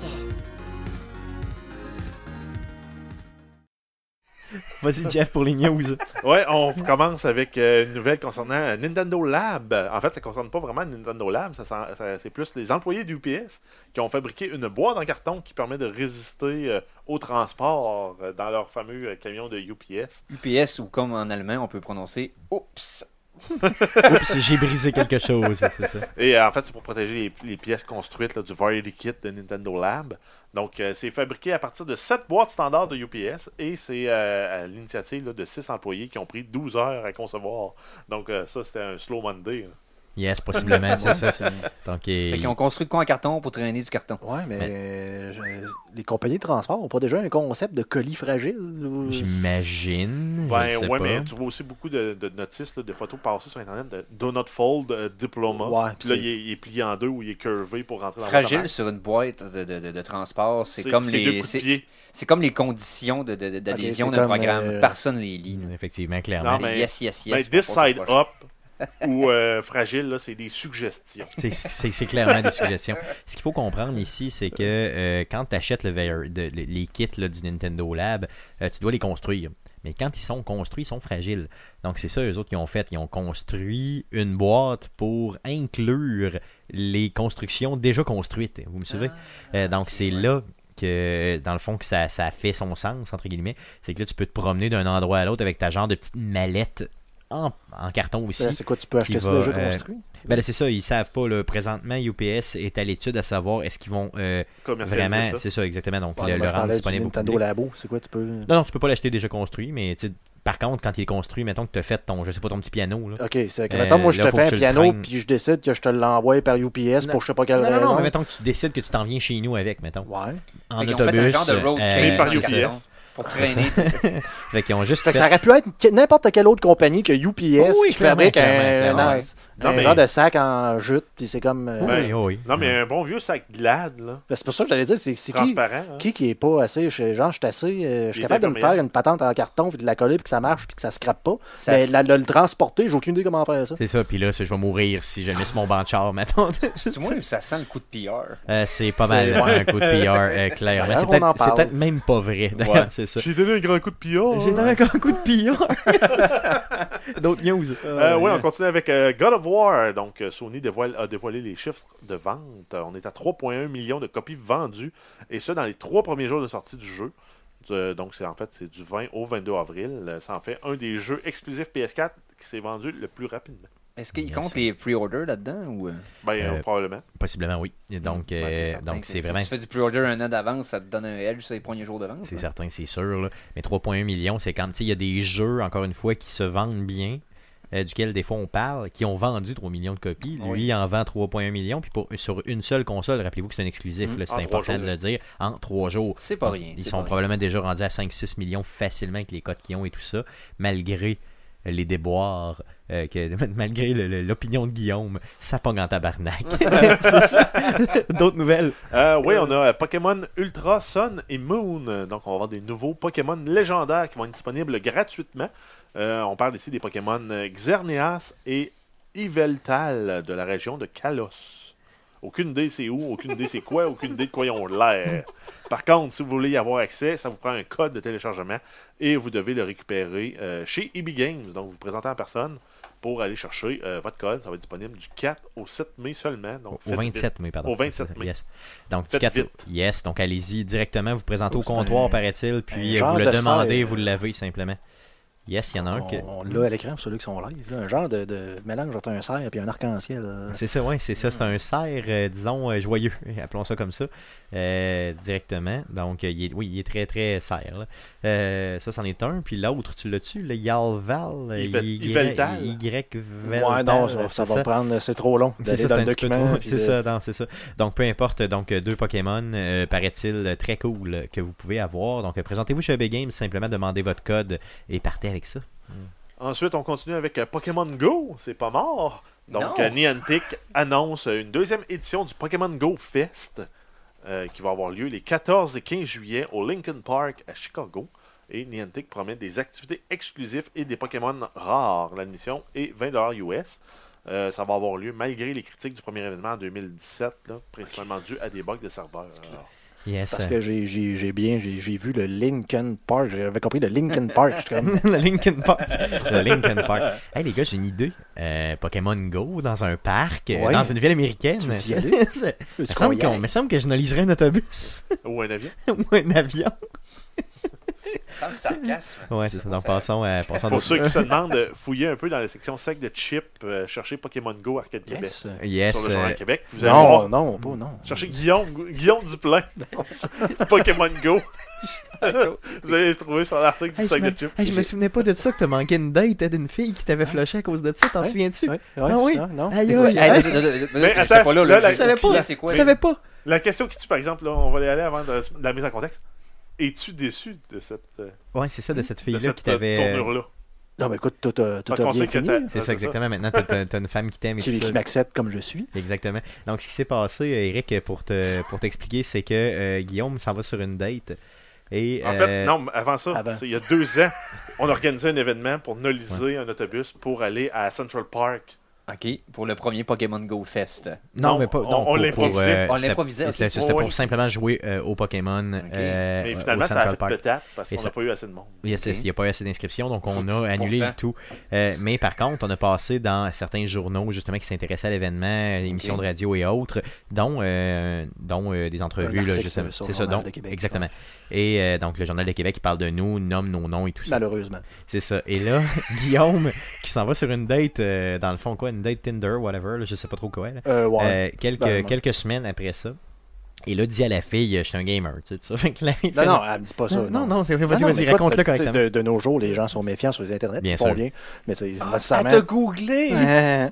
Vas-y, Jeff, pour les news. Ouais, on commence avec euh, une nouvelle concernant Nintendo Lab. En fait, ça ne concerne pas vraiment Nintendo Lab, ça, ça- ça- c'est plus les employés d'U P S qui ont fabriqué une boîte en carton qui permet de résister euh, au transport euh, dans leur fameux euh, camion de U P S. U P S ou comme en allemand on peut prononcer oups. Oups, j'ai brisé quelque chose, c'est ça. Et euh, en fait, c'est pour protéger les, les pièces construites là, du Variety Kit de Nintendo Lab. Donc, euh, c'est fabriqué à partir de sept boîtes standards de U P S et c'est euh, à l'initiative là, de six employés qui ont pris douze heures à concevoir. Donc, euh, ça, c'était un slow Monday. Là. Yes, possiblement, c'est ça. Donc, Fait et... qu'ils ont construit de quoi en carton pour traîner du carton. Ouais, mais, euh, je- les compagnies de transport n'ont pas déjà un concept de colis fragile? ou- j'imagine. Ben, je sais ouais, pas. mais tu vois aussi beaucoup de, de notices, là, de photos passées sur Internet de Do Not Fold euh, Diploma. Ouais, Puis là, c'est- il est, il est plié en deux ou il est curvé pour rentrer dans la Fragile boîte sur une boîte de, de, de, de transport, c'est C'est- comme c'est deux les coups de c'est, pied. c'est comme les conditions de, de, de- d'adhésion Ok, c'est d'un comme, programme. euh, Personne les lit. là. Effectivement, Non, clairement. mais- yes, yes, yes. Ben, faut This pas Side s'approcher. Up ou euh, Fragile, là, c'est des suggestions. C'est, c'est, c'est clairement des suggestions. Ce qu'il faut comprendre ici, c'est que euh, quand tu achètes le V R de- le- les kits là, du Nintendo Lab, euh, tu dois les construire. Mais quand ils sont construits, ils sont fragiles. Donc c'est ça, eux autres qui ont fait. Ils ont construit une boîte pour inclure les constructions déjà construites. Vous me suivez? Euh, donc c'est là que, dans le fond, que ça, ça fait son sens, entre guillemets. C'est que là, tu peux te promener d'un endroit à l'autre avec ta genre de petite mallette en, en carton aussi. Ben, c'est quoi, tu peux acheter qui ça va, déjà euh, construit? Ben là, c'est ça, ils savent pas. Là, présentement, U P S est à l'étude à savoir est-ce qu'ils vont euh, Commercialiser vraiment. ça. C'est ça, exactement. Donc, Ouais, le, moi, le je rendre parlais du disponible au Nintendo public. Labo. C'est quoi, tu peux... Non, non, tu peux pas l'acheter déjà construit, mais tu sais, par contre, quand il est construit, mettons que tu as fait ton, je sais pas, ton petit piano. Là. Ok, c'est que, Euh, mettons, moi, je là, te faut fais que un tu le piano, traînes. puis je décide que je te l'envoie par U P S Non. pour je sais pas quelle Non, non, raison. non, mais mettons que tu décides que tu t'en viens chez nous avec, mettons. Ouais. En Fait qu'ils ont fait un autobus. genre de road euh, Mais par c'est U ça. P S. Pour traîner. Fait qu'ils ont juste Fait que fait- ça aurait pu être que- n'importe quelle autre compagnie que U P S Oui, qui clairement, fabrique clairement, un, clairement. un- Non, un mais- genre de sac en jute, puis c'est comme... euh, Ben, Oui, oui. Non, mais un bon vieux sac Glad, là, ben, c'est pour ça que j'allais dire, c'est c'est qui, transparent. hein. qui qui est pas assez... je- Genre, je suis assez... euh, je suis Il est capable de me imperméable. faire une patente en carton, puis de la coller, puis que ça marche, puis que ça scrape pas. Ça mais se- la- le, le transporter, j'ai aucune idée comment faire ça. C'est ça, puis là, c'est- je vais mourir si je mets mon banc de char, mettons. C'est moi, ça sent le coup de P R. Euh, c'est pas mal C'est- un coup de P R, euh, clair. Mais D'ailleurs, c'est on peut-être, en c'est parle. peut-être même pas vrai. D'ailleurs, Ouais. c'est ça. J'ai donné un grand coup de pillard. J'ai donné encore un coup de P R. D'autres news. Euh, oui, on continue avec euh, God of War. Donc, euh, Sony dévoile, a dévoilé les chiffres de vente. Euh, on est à trois virgule un millions de copies vendues. Et ça, dans les trois premiers jours de sortie du jeu. Euh, donc, c'est en fait, c'est du vingt au vingt-deux avril. Euh, ça en fait un des jeux exclusifs P S quatre qui s'est vendu le plus rapidement. Est-ce qu'ils Yes. comptent les pre-orders là-dedans ou... euh? Ben, Euh, euh, probablement. Possiblement, oui. Et donc, Ouais, euh, certain donc que c'est si vraiment. tu fais du pre-order un an d'avance, ça te donne un edge sur les premiers jours de vente. C'est hein. certain, c'est sûr. Là. Mais trois virgule un millions, c'est quand tu sais, il y a des jeux, encore une fois, qui se vendent bien, euh, duquel des fois on parle, qui ont vendu trois millions de copies. Lui, Oui. il en vend trois virgule un millions. Puis pour, sur une seule console, rappelez-vous que c'est un exclusif, Mhm. là, c'est En important trois de jours. le dire, en trois jours. C'est pas Donc, rien. Ils c'est sont pas rien. probablement déjà rendus à cinq six millions facilement avec les codes qu'ils ont et tout ça, malgré les déboires, euh, que, malgré le- le- l'opinion de Guillaume, ça pogne en tabarnak. C'est ça. D'autres nouvelles. Euh, oui, on a euh, Pokémon Ultra Sun et Moon. Donc, on va avoir des nouveaux Pokémon légendaires qui vont être disponibles gratuitement. Euh, on parle ici des Pokémon euh, Xerneas et Yveltal de la région de Kalos. Aucune idée c'est où, aucune idée c'est quoi, aucune idée de quoi ils ont l'air. Par contre, si vous voulez y avoir accès, ça vous prend un code de téléchargement et vous devez le récupérer euh, chez E B Games. Donc, vous vous présentez en personne pour aller chercher euh, votre code. Ça va être disponible du quatre au sept mai seulement. Donc, Au faites vingt-sept mai, pardon. Au vingt-sept mai. Yes. Donc, du Faites quatre vite. yes, donc allez-y directement, vous présentez Oh, au c'est comptoir, un- paraît-il, puis un euh, genre vous le de demandez, serre. vous l'avez simplement. Yes, il y en a un que... On, on l'a à l'écran pour ceux qui sont live. là, un genre de, de mélange entre un cerf et un arc-en-ciel. là. C'est ça, oui, c'est ça. C'est un cerf, euh, disons, euh, joyeux, appelons ça comme ça, euh, directement. Donc, euh, il est, oui, il est très, très cerf. là. Euh, ça, c'en est un. Puis l'autre, tu l'as-tu, le Yalval? Yvel- Y- Yveltal. Y-Veltal, Ouais, non, ça, ça c'est va prendre, c'est trop long C'est d'aller ça, dans c'est le un petit peu document. trop- puis C'est de- ça, non, c'est ça. Donc, peu importe, donc euh, deux Pokémon, euh, paraît-il, euh, très cool euh, que vous pouvez avoir. Donc, euh, présentez-vous chez E B Games, simplement demandez votre code et partez avec ça. Ensuite, on continue avec euh, Pokémon Go. C'est pas mort. Donc, Non. euh, Niantic annonce euh, une deuxième édition du Pokémon Go Fest euh, qui va avoir lieu les quatorze et quinze juillet au Lincoln Park à Chicago. Et Niantic promet des activités exclusives et des Pokémon rares. L'admission est vingt dollars U S. Euh, ça va avoir lieu malgré les critiques du premier événement en deux mille dix-sept, là, principalement dû à des bugs de serveurs. Alors, Yes. Parce que j'ai, j'ai, j'ai bien, j'ai, j'ai vu le Lincoln Park, j'avais compris le Lincoln Park. J'étais comme, le Linkin Park. Le Linkin Park. Hey les gars, j'ai une idée. Euh, Pokémon Go dans un parc, euh, Ouais. dans une ville américaine. Tu veux y aller? C'est- Veux-tu me qu'on semble y qu'on- aille? me semble que je n'aliserais un autobus ou un avion. ou un avion. Sans le sarcasme. Ouais, c'est ça. Donc, Ça- passons à. Passons à Pour d'autres- ceux qui se demandent, euh, fouillez un peu dans la section sac de chips, euh, cherchez Pokémon Go Arcade Québec. Yes. Yes. Sur le journal euh, Québec. Vous allez Non, voir. non, pas non. Cherchez Guillaume, Guillaume Duplain. Pokémon Go. Vous allez le trouver sur l'article Hey, du je, sac me... de chips. hey, je me souvenais pas de ça, que t'as manqué une date hein, d'une fille qui t'avait flushé à cause de ça. T'en Ouais, souviens-tu? Ouais, ouais, Ah oui? non, non. Aïe, C'est quoi? aïe, Hey, aïe. là, là, là, là, Mais j'étais attends, pas là, là, là, la- le Je savais client, pas. c'est Je quoi? savais pas. La question qui tue, par exemple, là, on va aller aller avant de, de la mise en contexte. Es-tu déçu de cette, euh, Ouais, c'est ça, de cette de fille-là cette qui t'avait. euh, tournure-là? Non, mais écoute, tout a, tout Parce a qu'on bien sait que fini. t'as- C'est Ouais, ça, c'est exactement. Maintenant, t'as- t'as t'as une femme qui t'aime et Qui, tout qui ça. m'accepte comme je suis. Exactement. Donc, ce qui s'est passé, Eric, pour te pour t'expliquer, c'est que euh, Guillaume s'en va sur une date. Et, En euh, fait, non, mais avant ça, avant. c'est il y a deux ans, on organisait un événement pour noliser un autobus pour aller à Central Park. Ok, pour le premier Pokémon Go Fest. Non, Non, mais pas. on- non, on pour- l'improvisait. pour, euh, On c'était- l'improvisait, ok. C'était c'était Ouais, pour ouais. simplement jouer euh, au Pokémon. euh, Mais au finalement, ça a Central fait Park. peut-être parce Et qu'on ça- n'a pas eu assez de monde. Yes, yes, Ok. il n'y a pas eu assez d'inscriptions, donc on a annulé Pourtant. le tout. Euh, mais par contre, on a passé dans certains journaux justement qui s'intéressaient à l'événement, émissions Ok. de radio et autres, dont, euh, dont euh, des entrevues. Un Là, article justement. sur- sur C'est le ça, Journal donc, de Québec. exactement. Et euh, donc, le Journal de Québec qui parle de nous, nomme nos noms et tout ça. Malheureusement. C'est ça. Et là, Guillaume, qui s'en va sur une date, euh, dans le fond, quoi, une date Tinder, whatever, là, je sais pas trop quoi. Là. Euh, ouais. Euh, quelques, Ben, moi. quelques semaines après ça. Et là, dit à la fille, je suis un gamer. Tu sais, tout ça. Fait que la fille Non, fait- non, elle me dit pas ça. Non, non, non, c'est- Non, vas-y, non, vas-y, mais écoute, raconte-le tu sais, correctement. De, de nos jours, les gens sont méfiants sur les internets. Bien Ils font sûr. bien. Mais tu sais, Ah, nécessairement- elle t'a googlé! Euh.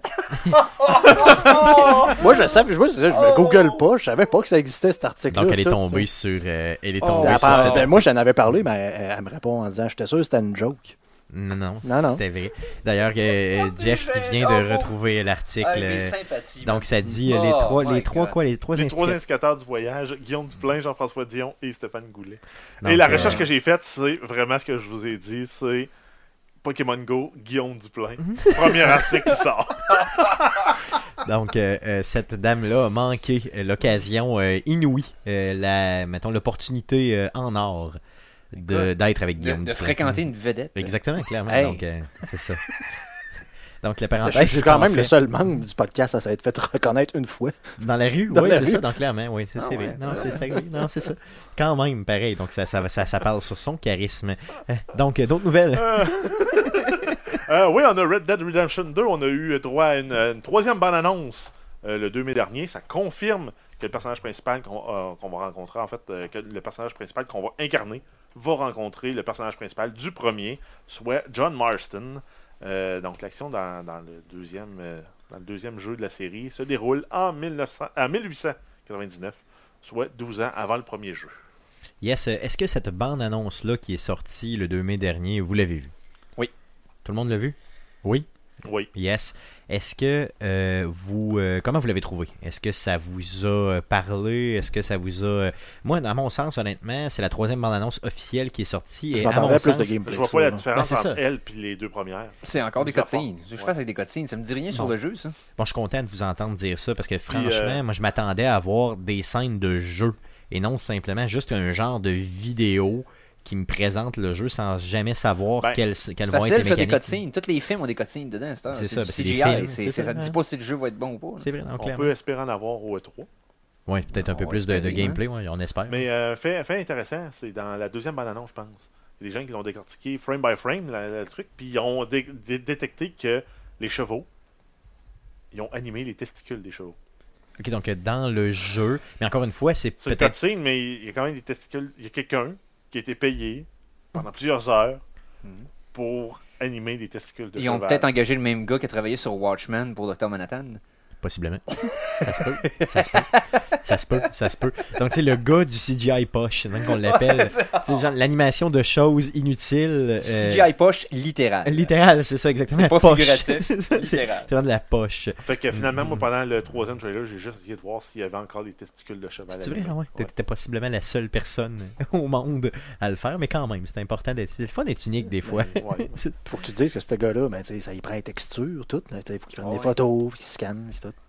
Moi, je savais, moi, c'est ça, je me google pas. Je savais pas que ça existait, cet article-là. Donc, elle est tout, tombée ça. sur, euh, elle est Oh. tombée Elle sur parle- cette moi, j'en avais parlé, mais elle, elle me répond en disant j'étais sûr que c'était une joke. Non, non, Non, non. c'était vrai. D'ailleurs, euh, Oh, Jeff c'est qui vient vrai. de Oh, mon- retrouver l'article. Ah, mes euh, sympathies. donc, ça dit euh, Oh les trois, my les trois God. quoi, les trois Les trois indicateurs. indicateurs du voyage, Guillaume Duplain, Jean-François Dion et Stéphane Goulet. Donc, et la euh, recherche que j'ai faite, c'est vraiment ce que je vous ai dit, c'est Pokémon Go, Guillaume Duplain. Premier article qui sort. Donc, euh, euh, cette dame-là a manqué euh, l'occasion euh, inouïe, euh, la, mettons, l'opportunité euh, en or de- Écoute, d'être avec De, Guillaume de Duplain. fréquenter une vedette. Exactement, clairement. Hey. Donc, euh, c'est ça. Donc, la Je parenthèse, suis c'est quand en même fait le seul membre du podcast à s'être fait reconnaître une fois. dans la rue. Dans Oui, la c'est rue. ça. Donc, clairement, oui, c'est Ah c'est ouais, vrai. Non, ouais. c'est c'est arrivé. Non, c'est ça. Quand même, pareil. Donc, ça, ça, ça, ça parle sur son charisme. Euh, Donc, euh, d'autres nouvelles. Euh, euh, oui, on a Red Dead Redemption deux. On a eu droit à une, une troisième bande-annonce euh, le deux mai dernier. Ça confirme que le personnage principal qu'on euh, qu'on va rencontrer, en fait, euh, que le personnage principal qu'on va incarner va rencontrer le personnage principal du premier, soit John Marston. Euh, donc, l'action dans, dans le deuxième, euh, dans le deuxième jeu de la série se déroule en mille neuf cents, à mille huit cent quatre-vingt-dix-neuf, soit douze ans avant le premier jeu. Yes, euh, est-ce que cette bande-annonce-là qui est sortie le deux mai dernier, vous l'avez vue? Oui. Tout le monde l'a vu? Oui? Oui. Yes. Est-ce que euh, vous... euh, comment vous l'avez trouvé? Est-ce que ça vous a euh, parlé? Est-ce que ça vous a... euh, Moi, dans mon sens, honnêtement, c'est la troisième bande-annonce officielle qui est sortie. Je Et à m'attendais mon à plus sens, de gameplay. Je vois que pas ça, la là. différence Ben, c'est entre ça. elle et les deux premières. C'est encore des Mis à part. cutscenes. Je Ouais. fasse avec des cutscenes. Ça me dit rien sur Non. le jeu, ça. Bon, je suis content de vous entendre dire ça parce que franchement, euh, moi, je m'attendais à avoir des scènes de jeu et non simplement juste un genre de vidéo qui me présente le jeu sans jamais savoir Ben, quelles, C'est quelles vont être facile les de faire des mécaniques. cutscenes. Tous les films ont des cutscenes dedans. C'est C'est c'est ça, du ben, c'est des C G I. films, c'est- c'est c'est- ça, Ça ne dit hein. pas si le jeu va être bon ou pas. là. C'est vrai, non, On clairement. peut espérer en avoir au E trois. Oui, peut-être un peu On plus va de, de espérer, gameplay, ouais, on espère. Mais euh, fait, fait intéressant, c'est dans la deuxième bande-annonce, je pense. Il y a des gens qui l'ont décortiqué frame by frame, la- la- le truc, puis ils ont dé- dé- détecté que les chevaux, ils ont animé les testicules des chevaux. Ok, donc euh, dans le jeu, mais encore une fois, c'est C'est une peut-être... cutscene, mais il y a quand même des testicules. Il y a quelqu'un qui a été payé pendant plusieurs heures Mhm. pour animer des testicules de Ils ont cheval. peut-être engagé le même gars qui a travaillé sur Watchmen pour Docteur Manhattan. Possiblement. Ça se peut. Ça se peut. Ça se peut. Ça se peut. Donc, tu sais, le gars du C G I poche, même qu'on l'appelle. C'est genre l'animation de choses inutiles. euh, C G I poche littéral. Littéral, c'est ça, exactement. C'est pas Poche. figuratif, C'est ça, c'est- littéral. c'est vraiment de la poche. Fait que finalement, Mhm. moi, pendant le troisième trailer, j'ai juste essayé de voir s'il y avait encore des testicules de cheval. C'est vrai, animés. ah ouais. Ouais. T'étais possiblement la seule personne au monde à le faire, mais quand même, c'est important d'être. C'est le fun d'être unique des fois. Ouais. C'est- Faut que tu te dises que ce gars-là, ben, tu sais, ça y prend les textures, tout. Il faut qu'il prenne Ouais. des photos, qu'il scanne, c'est tout.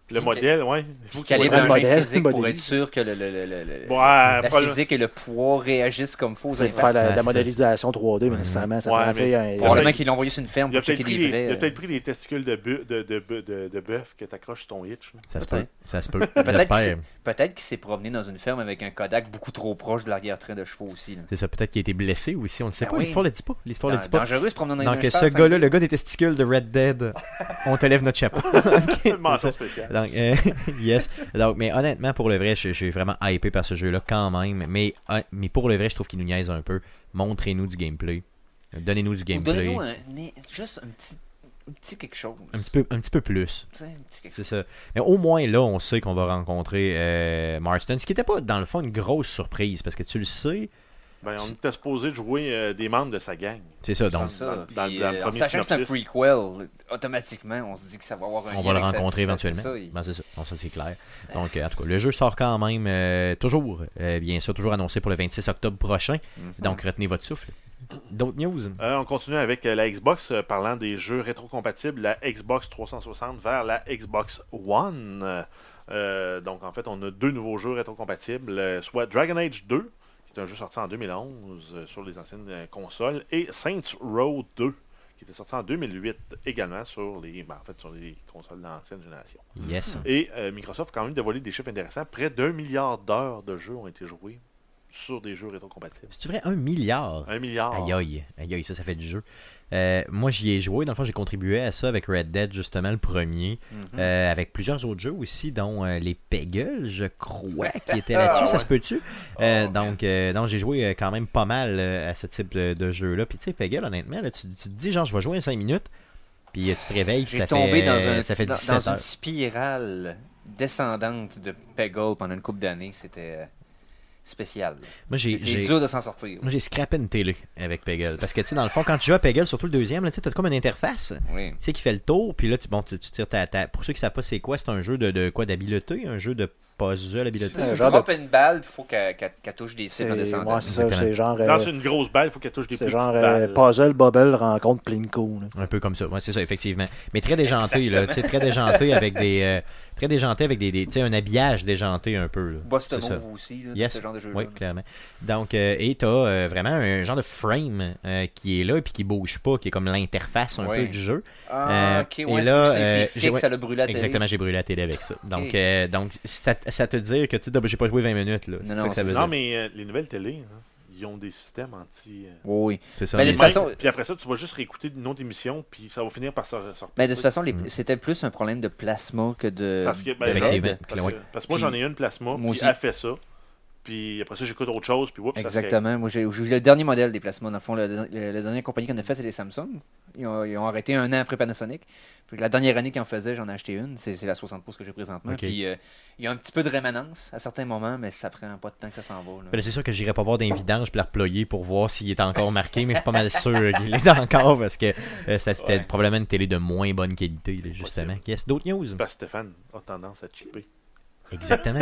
Le modèle, oui. Il faut qu'il Calibre le un modèle, physique le pour modèle. être sûr que le, le, le, le- le- Ouais, la pas le- physique et le poids réagissent comme il faut aux C'est impacts. faire la, Ouais, la c'est ça. modélisation trois D, mais nécessairement, ça Ouais, prend, mais- tu sais, un- Probablement peut-être- qu'ils l'ont envoyé sur une ferme Il a pour peut-être checker pris, les les- vrais. il a euh. peut-être pris les testicules de, bu- de, de, de, de, de bœuf que t'accroches sur ton hitch. là. Ça se peut. Peut-être. Ça se peut. Peut-être qu'il J'espère. s'est- peut-être qu'il s'est promené dans une ferme avec un Kodak beaucoup trop proche de l'arrière-train de chevaux aussi. là. C'est ça, peut-être qu'il a été blessé aussi, on ne sait Ben pas. oui. L'histoire ne le dit pas. L'histoire ne le Dan- dit pas. Dangereux se promener dans Donc, un ce cheval, ça gars-là, me le gars des testicules de Red Dead, on te lève notre chapeau. Ok, Mention c'est ça. spéciale. Donc, euh, yes. Donc, mais honnêtement, pour le vrai, je, je suis vraiment hypé par ce jeu-là quand même. Mais, euh, mais pour le vrai, je trouve qu'il nous niaise un peu. Montrez-nous du gameplay. Donnez-nous du Ou gameplay. Donnez-nous un, juste un petit, un petit quelque chose. Un petit peu, un petit peu plus. Tu sais, un petit quelque C'est ça. Mais au moins là, on sait qu'on va rencontrer euh, Marston. Ce qui n'était pas, dans le fond, une grosse surprise. Parce que tu le sais. Ben, on était supposé de jouer euh, des membres de sa gang. C'est ça. chose. Donc, C'est ça. dans- Puis, dans- dans le euh, en premier sachant que c'est un synopsis. prequel, automatiquement, on se dit que ça va avoir un on lien va le avec sa- rencontrer sa- éventuellement. c'est ça, il- Ben, c'est ça. Bon, ça, c'est clair. Donc, euh, en tout cas, le jeu sort quand même euh, toujours. euh, bien sûr, toujours annoncé pour le vingt-six octobre prochain. Mhm. Donc, retenez votre souffle. D'autres news? Euh, on continue avec euh, la Xbox, euh, parlant des jeux rétrocompatibles, la Xbox trois cent soixante vers la Xbox One. Euh, donc, en fait, on a deux nouveaux jeux rétrocompatibles, euh, soit Dragon Age deux, qui est un jeu sorti en deux mille onze euh, sur les anciennes euh, consoles, et Saints Row deux, qui était sorti en deux mille huit également sur les, ben, en fait, sur les consoles d'ancienne génération. Yes. Et euh, Microsoft a quand même dévoilé des chiffres intéressants. Près d'un milliard d'heures de jeux ont été joués sur des jeux rétrocompatibles. C'est vrai, un milliard. Un milliard. Aïe aïe, aïe aïe, ça, ça fait du jeu. Euh, moi, j'y ai joué. Dans le fond, j'ai contribué à ça avec Red Dead, justement, le premier. Mhm. Euh, avec plusieurs autres jeux aussi, dont euh, les Peggle, je crois, qui étaient là-dessus. Ah, Ça ouais. se peut-tu? Euh, Oh, donc, euh, donc, j'ai joué euh, quand même pas mal euh, à ce type de, de jeu-là. Puis, tu sais, Peggle, honnêtement, là, tu, tu te dis, genre, je vais jouer cinq minutes. Puis, euh, tu te réveilles, puis J'ai ça tombé fait, dans, un, ça fait dans, dix-sept dans une heures. spirale descendante de Peggle pendant une couple d'années. C'était euh, spécial. Moi, j'ai... C'est j'ai- dur de s'en sortir. Moi, j'ai scrappé une télé avec Peggle. Parce que, tu sais, dans le fond, quand tu joues à Peggle, surtout le deuxième, tu sais, t'as comme une interface. Oui. Tu sais, qui fait le tour, puis là, tu, bon, tu, tu tires ta, ta- Pour ceux qui savent pas c'est quoi, c'est un jeu de, de quoi d'habileté, un jeu de puzzle habileté. Un Tu genre droppes une balle, il faut qu'elle qu'elle- qu'elle touche des C'est cibles en ouais, descendant. c'est ça, Exactement. c'est genre, euh, Dans une grosse balle, il faut qu'elle touche des c'est plus genre petites euh, balles. puzzle, bubble, rencontre, plinko. là. Un peu comme ça, ouais, c'est ça, effectivement. Mais très déjanté, là, tu sais, très déjanté avec des... euh, très déjanté avec des... des tu sais, un habillage déjanté un peu, là. Boston C'est ça. Move aussi, là, Yes. ce genre de jeu. Oui, clairement. Donc, euh, et t'as euh, vraiment un genre de frame euh, qui est là, puis qui bouge pas, qui est comme l'interface un Ouais. peu du jeu. Ah, Euh, ok, et ouais, là, c'est- euh, c'est j'ai- fixe, ouais, ça l'a brûlé à la télé. Exactement, j'ai brûlé la télé avec ça. Donc, Ok. euh, donc ça, ça te dire que tu sais, j'ai pas joué vingt minutes, là. C'est Non, ça non, que ça c'est veut Non, dire. mais euh, les nouvelles télé, hein, ils ont des systèmes anti... euh, Oui, oui. C'est ça. Ben, mais- de toute façon- Puis après ça, tu vas juste réécouter une autre émission, puis ça va finir par se sortir. Mais de toute façon, les- Mm. c'était plus un problème de plasma que de. Parce que, ben, de Effectivement. LED. Parce, que, Ouais. parce que moi, Puis- j'en ai une plasma, Moi puis aussi. elle fait ça. Puis après ça, j'écoute autre chose, puis oups, ça se Exactement. Moi, j'ai j'ai eu le dernier modèle des plasmas. Dans le fond, le, le- la dernière compagnie qu'on a fait, c'est les Samsung. Ils ont, ils ont arrêté un an après Panasonic. Puis la dernière année qu'ils en faisaient, j'en ai acheté une. C'est c'est la soixante pouces que j'ai présentement. Ok. Puis euh, il y a un petit peu de rémanence à certains moments, mais ça prend pas de temps que ça s'en va. là. Ben là, c'est sûr que j'irai pas voir d'un vidange puis la reployer pour voir s'il est encore marqué, mais je suis pas mal sûr qu'il est encore parce que euh, c'était c'était Ouais. probablement une télé de moins bonne qualité, là, justement. Yes, d'autres news? Parce que Stéphane a tendance à chipper. Exactement.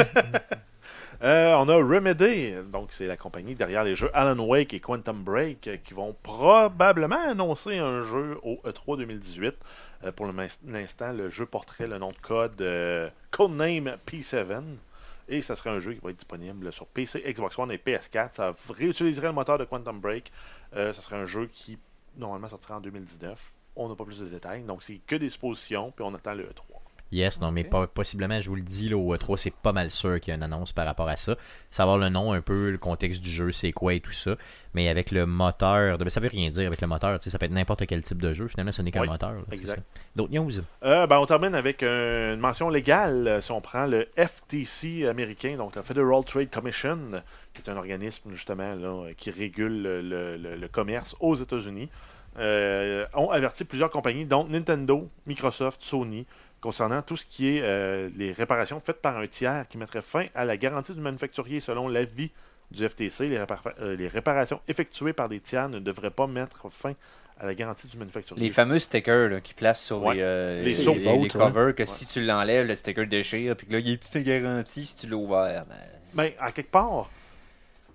Euh, on a Remedy, donc c'est la compagnie derrière les jeux Alan Wake et Quantum Break, euh, qui vont probablement annoncer un jeu au E trois deux mille dix-huit. Euh, pour le min- l'instant, le jeu porterait le nom de code euh, Codename P sept. Et ça serait un jeu qui va être disponible sur P C, Xbox One et P S quatre. Ça réutiliserait le moteur de Quantum Break. Euh, ça serait un jeu qui, normalement, sortira en deux mille dix-neuf. On n'a pas plus de détails, donc c'est que des suppositions, puis on attend le E trois. Yes, non, mais Ok. pas, possiblement, je vous le dis, là, au E trois, c'est pas mal sûr qu'il y a une annonce par rapport à ça. Savoir le nom, un peu, le contexte du jeu, c'est quoi et tout ça. Mais avec le moteur, de, ben, ça veut rien dire avec le moteur, tu sais, ça peut être n'importe quel type de jeu. Finalement, ce n'est qu'un Oui, moteur. là, c'est exact. ça. D'autres news? Euh, ben, on termine avec euh, une mention légale. euh, Si on prend le F T C américain, donc la Federal Trade Commission, qui est un organisme justement là, qui régule le, le- le- le commerce aux États-Unis, euh, ont averti plusieurs compagnies, dont Nintendo, Microsoft, Sony, concernant tout ce qui est euh, les réparations faites par un tiers qui mettrait fin à la garantie du manufacturier selon l'avis du F T C. Les, répar- euh, les réparations effectuées par des tiers ne devraient pas mettre fin à la garantie du manufacturier. Les fameux stickers là, qui placent sur Ouais. les, euh, Les les, sauts. les- L'autre, les covers, que ouais. si tu l'enlèves, le sticker déchire, puis que là, il est plus garanti si tu l'as ouvert. Ben, Ben, à quelque part,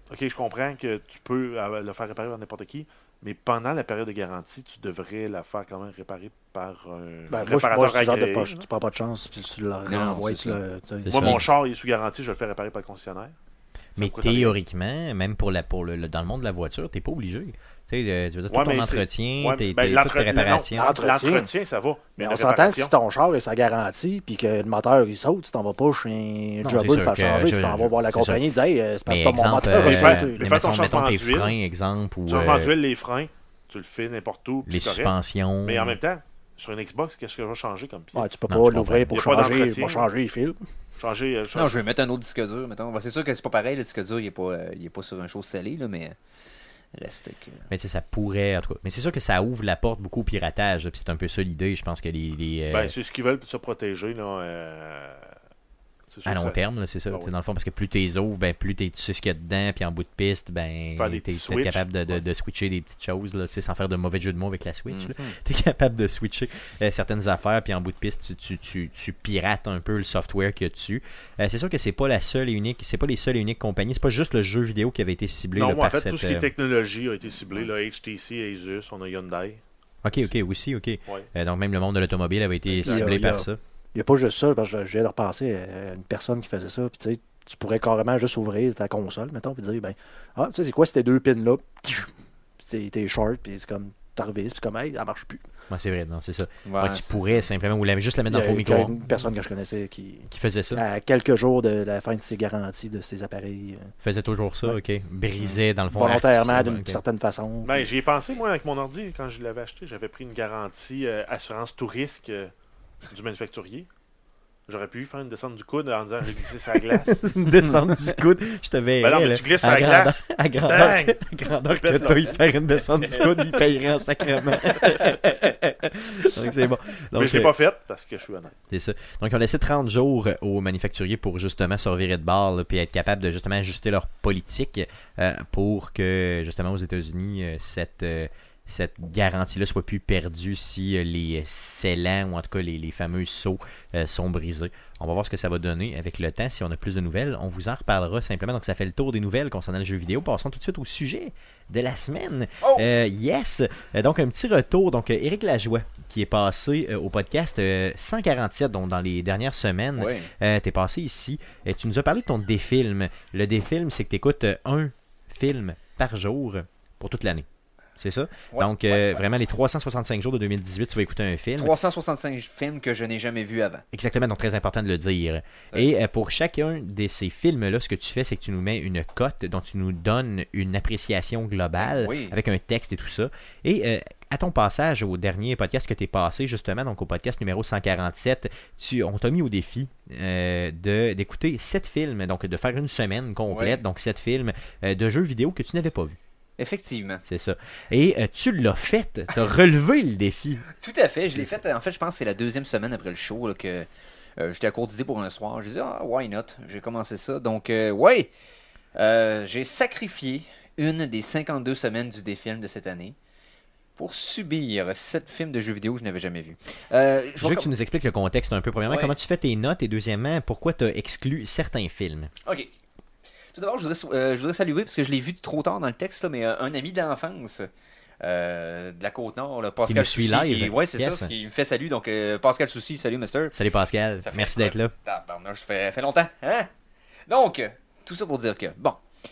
OK, je comprends que tu peux euh, le faire réparer par n'importe qui, mais pendant la période de garantie, tu devrais la faire quand même réparer par un Ben, moi, je- réparateur moi, je suis le genre de agréé. poche. Tu prends pas de chance, puis tu le renvoies. c'est tu ça. le- tu sais. C'est Moi, ça. mon char il est sous garantie, je vais le faire réparer par le concessionnaire. Ça Mais me coûte rien. théoriquement, même pour la, pour le, le- dans le monde de la voiture, t'es pas obligé. Tu sais, euh, tu veux dire, tout Ouais, ton mais c'est- entretien, Ouais, tes, ben, tes- toutes l'entre- tes réparations. non, L'entretien. L'entretien, ça va. Mais la on s'entend que réparation- si ton char est sa garantie, puis que le moteur il saute, tu t'en vas pas chez un Non, jobber c'est pour sûr faire que changer, je- tu t'en vas voir la c'est ça. compagnie et dire hey, c'est parce Mais que mon exemple, moteur euh, est faire- sauté. mais mais faire ton mettons, mettons changement tes d'huile. freins, exemple, ou Changement euh, d'huile, les freins, tu le fais n'importe où. puis les c'est correct. suspensions. Mais en même temps, sur une Xbox, qu'est-ce que je vais changer comme pied? Ouais, tu peux Non, pas je l'ouvrir comprends. pour Il y a pas changer, d'entretien. pour changer les fils. Changer, euh, Non, changer- je vais mettre un autre disque dur, mettons. Ben, c'est sûr que c'est pas pareil, le disque dur, il est pas, euh, il est pas sur un chose scellé, là, mais reste que... Mais tu sais, ça pourrait, en tout cas. Mais c'est sûr que ça ouvre la porte beaucoup au piratage. là, Puis c'est un peu ça l'idée. Je pense que les. les, euh, Ben, c'est ce qu'ils veulent pour se protéger. Là, euh, c'est sûr à que long ça- terme, là, c'est ça. Ah Tu sais, oui. Dans le fond, parce que plus t'es ouvres, ben, plus t'es, tu sais ce qu'il y a dedans, puis en bout de piste, ben, Faire des t'es, petits t'es switches. capable de, de, Ouais. de switcher des petites choses, là, tu sais, sans faire de mauvais jeu de mots avec la Switch. Mhm. là. T'es capable de switcher euh, certaines affaires, puis en bout de piste, tu, tu, tu, tu pirates un peu le software qu'il y a dessus. Euh, c'est sûr que c'est pas la seule et unique, c'est pas les seules et uniques compagnies, c'est pas juste le jeu vidéo qui avait été ciblé Non, là, moi, en par fait, cette. tout ce qui est euh, technologie a été ciblé. Là, H T C, Asus, on a Hyundai. Ok, ok, aussi, ok. Ouais. Euh, donc même le monde de l'automobile avait été Exact. ciblé Il y a- par ça. Il n'y a pas juste ça, parce que je viens de repenser à une personne qui faisait ça, puis tu sais, tu pourrais carrément juste ouvrir ta console, mettons, puis dire, ben, ah, tu sais, c'est quoi ces deux pins-là? C'est t'es short, puis c'est comme, t'arrives, puis comme, hey, ça marche plus. Ouais, c'est vrai, non, c'est ça. Ouais, Ouais, tu c'est pourrais simplement, ou la- juste la Il mettre y dans a, le faux il y a micro une personne que je connaissais qui, qui faisait ça. à quelques jours de la fin de ses garanties de ses appareils, euh, Faisait toujours ça, Ouais. ok. Brisait dans le fond. volontairement, artificiellement, d'une ok. certaine façon. Ben, j'y ai pensé, moi, avec mon ordi, quand je l'avais acheté. J'avais pris une garantie euh, assurance tout risque euh, du manufacturier. J'aurais pu faire une descente du coude en disant j'ai glissé sur la glace. Une descente du coude, je te verrais. Ben non, mais là, tu glisses à sur la grandeur- glace. À grandeur, Bang! à grandeur que Pète toi, là. il faire une descente du coude, il payerait en sacrement. Donc c'est bon. Donc, Mais je l'ai euh, pas faite parce que je suis honnête. C'est ça. Donc, ils ont laissé trente jours aux manufacturiers pour justement se revirer de bord, là, puis être capable de justement ajuster leur politique euh, pour que, justement, aux États-Unis, euh, cette, euh, cette garantie-là soit plus perdue si euh, les scellants, ou en tout cas les, les fameux seaux, euh, sont brisés. On va voir ce que ça va donner avec le temps. Si on a plus de nouvelles, on vous en reparlera simplement. Donc, ça fait le tour des nouvelles concernant le jeu vidéo. Passons tout de suite au sujet de la semaine. Oh! Euh, yes! Euh, donc, un petit retour. Donc, euh, Éric Lajoie, qui est passé euh, au podcast euh, cent quarante-sept, donc dans les dernières semaines. Ouais. Euh, t'es passé ici. Euh, tu nous as parlé de ton défilm. Le défilm, c'est que tu écoutes un film par jour pour toute l'année. C'est ça? Ouais, Donc, ouais, euh, ouais. vraiment, les trois cent soixante-cinq jours de deux mille dix-huit, tu vas écouter un film. trois cent soixante-cinq films que je n'ai jamais vus avant. Exactement, donc très important de le dire. Ouais. Et euh, pour chacun de ces films-là, ce que tu fais, c'est que tu nous mets une cote dont tu nous donnes une appréciation globale Oui. avec un texte et tout ça. Et euh, à ton passage au dernier podcast que tu es passé, justement, donc au podcast numéro cent quarante-sept, tu, on t'a mis au défi euh, de, d'écouter sept films, donc de faire une semaine complète, Ouais. donc sept films euh, de jeux vidéo que tu n'avais pas vus. Effectivement. C'est ça. Et euh, tu l'as fait, tu as relevé le défi. Tout à fait. Je l'ai fait, en fait, je pense que c'est la deuxième semaine après le show là, que euh, j'étais à court d'idées pour un soir. J'ai dit, ah, why not? J'ai commencé ça. Donc, euh, ouais, euh, j'ai sacrifié une des cinquante-deux semaines du défilm de cette année pour subir sept films de jeux vidéo que je n'avais jamais vus. Euh, je Je vais veux que com- tu nous expliques le contexte un peu. Premièrement, Ouais. comment tu fais tes notes et deuxièmement, pourquoi tu as exclu certains films. OK. Tout d'abord, je voudrais, euh, je voudrais saluer, parce que je l'ai vu trop tard dans le texte, là, mais euh, un ami d'enfance euh, de la Côte-Nord, là, Pascal nous suit Soucy, live. qui- ouais, c'est Yes. ça, qui me fait salut. Donc, euh, Pascal Soucy, salut, mister. Salut Pascal, Ça fait- merci d'être là. Tabarnouche, ça fait, fait longtemps. Hein? Donc, euh, tout ça pour dire que, bon,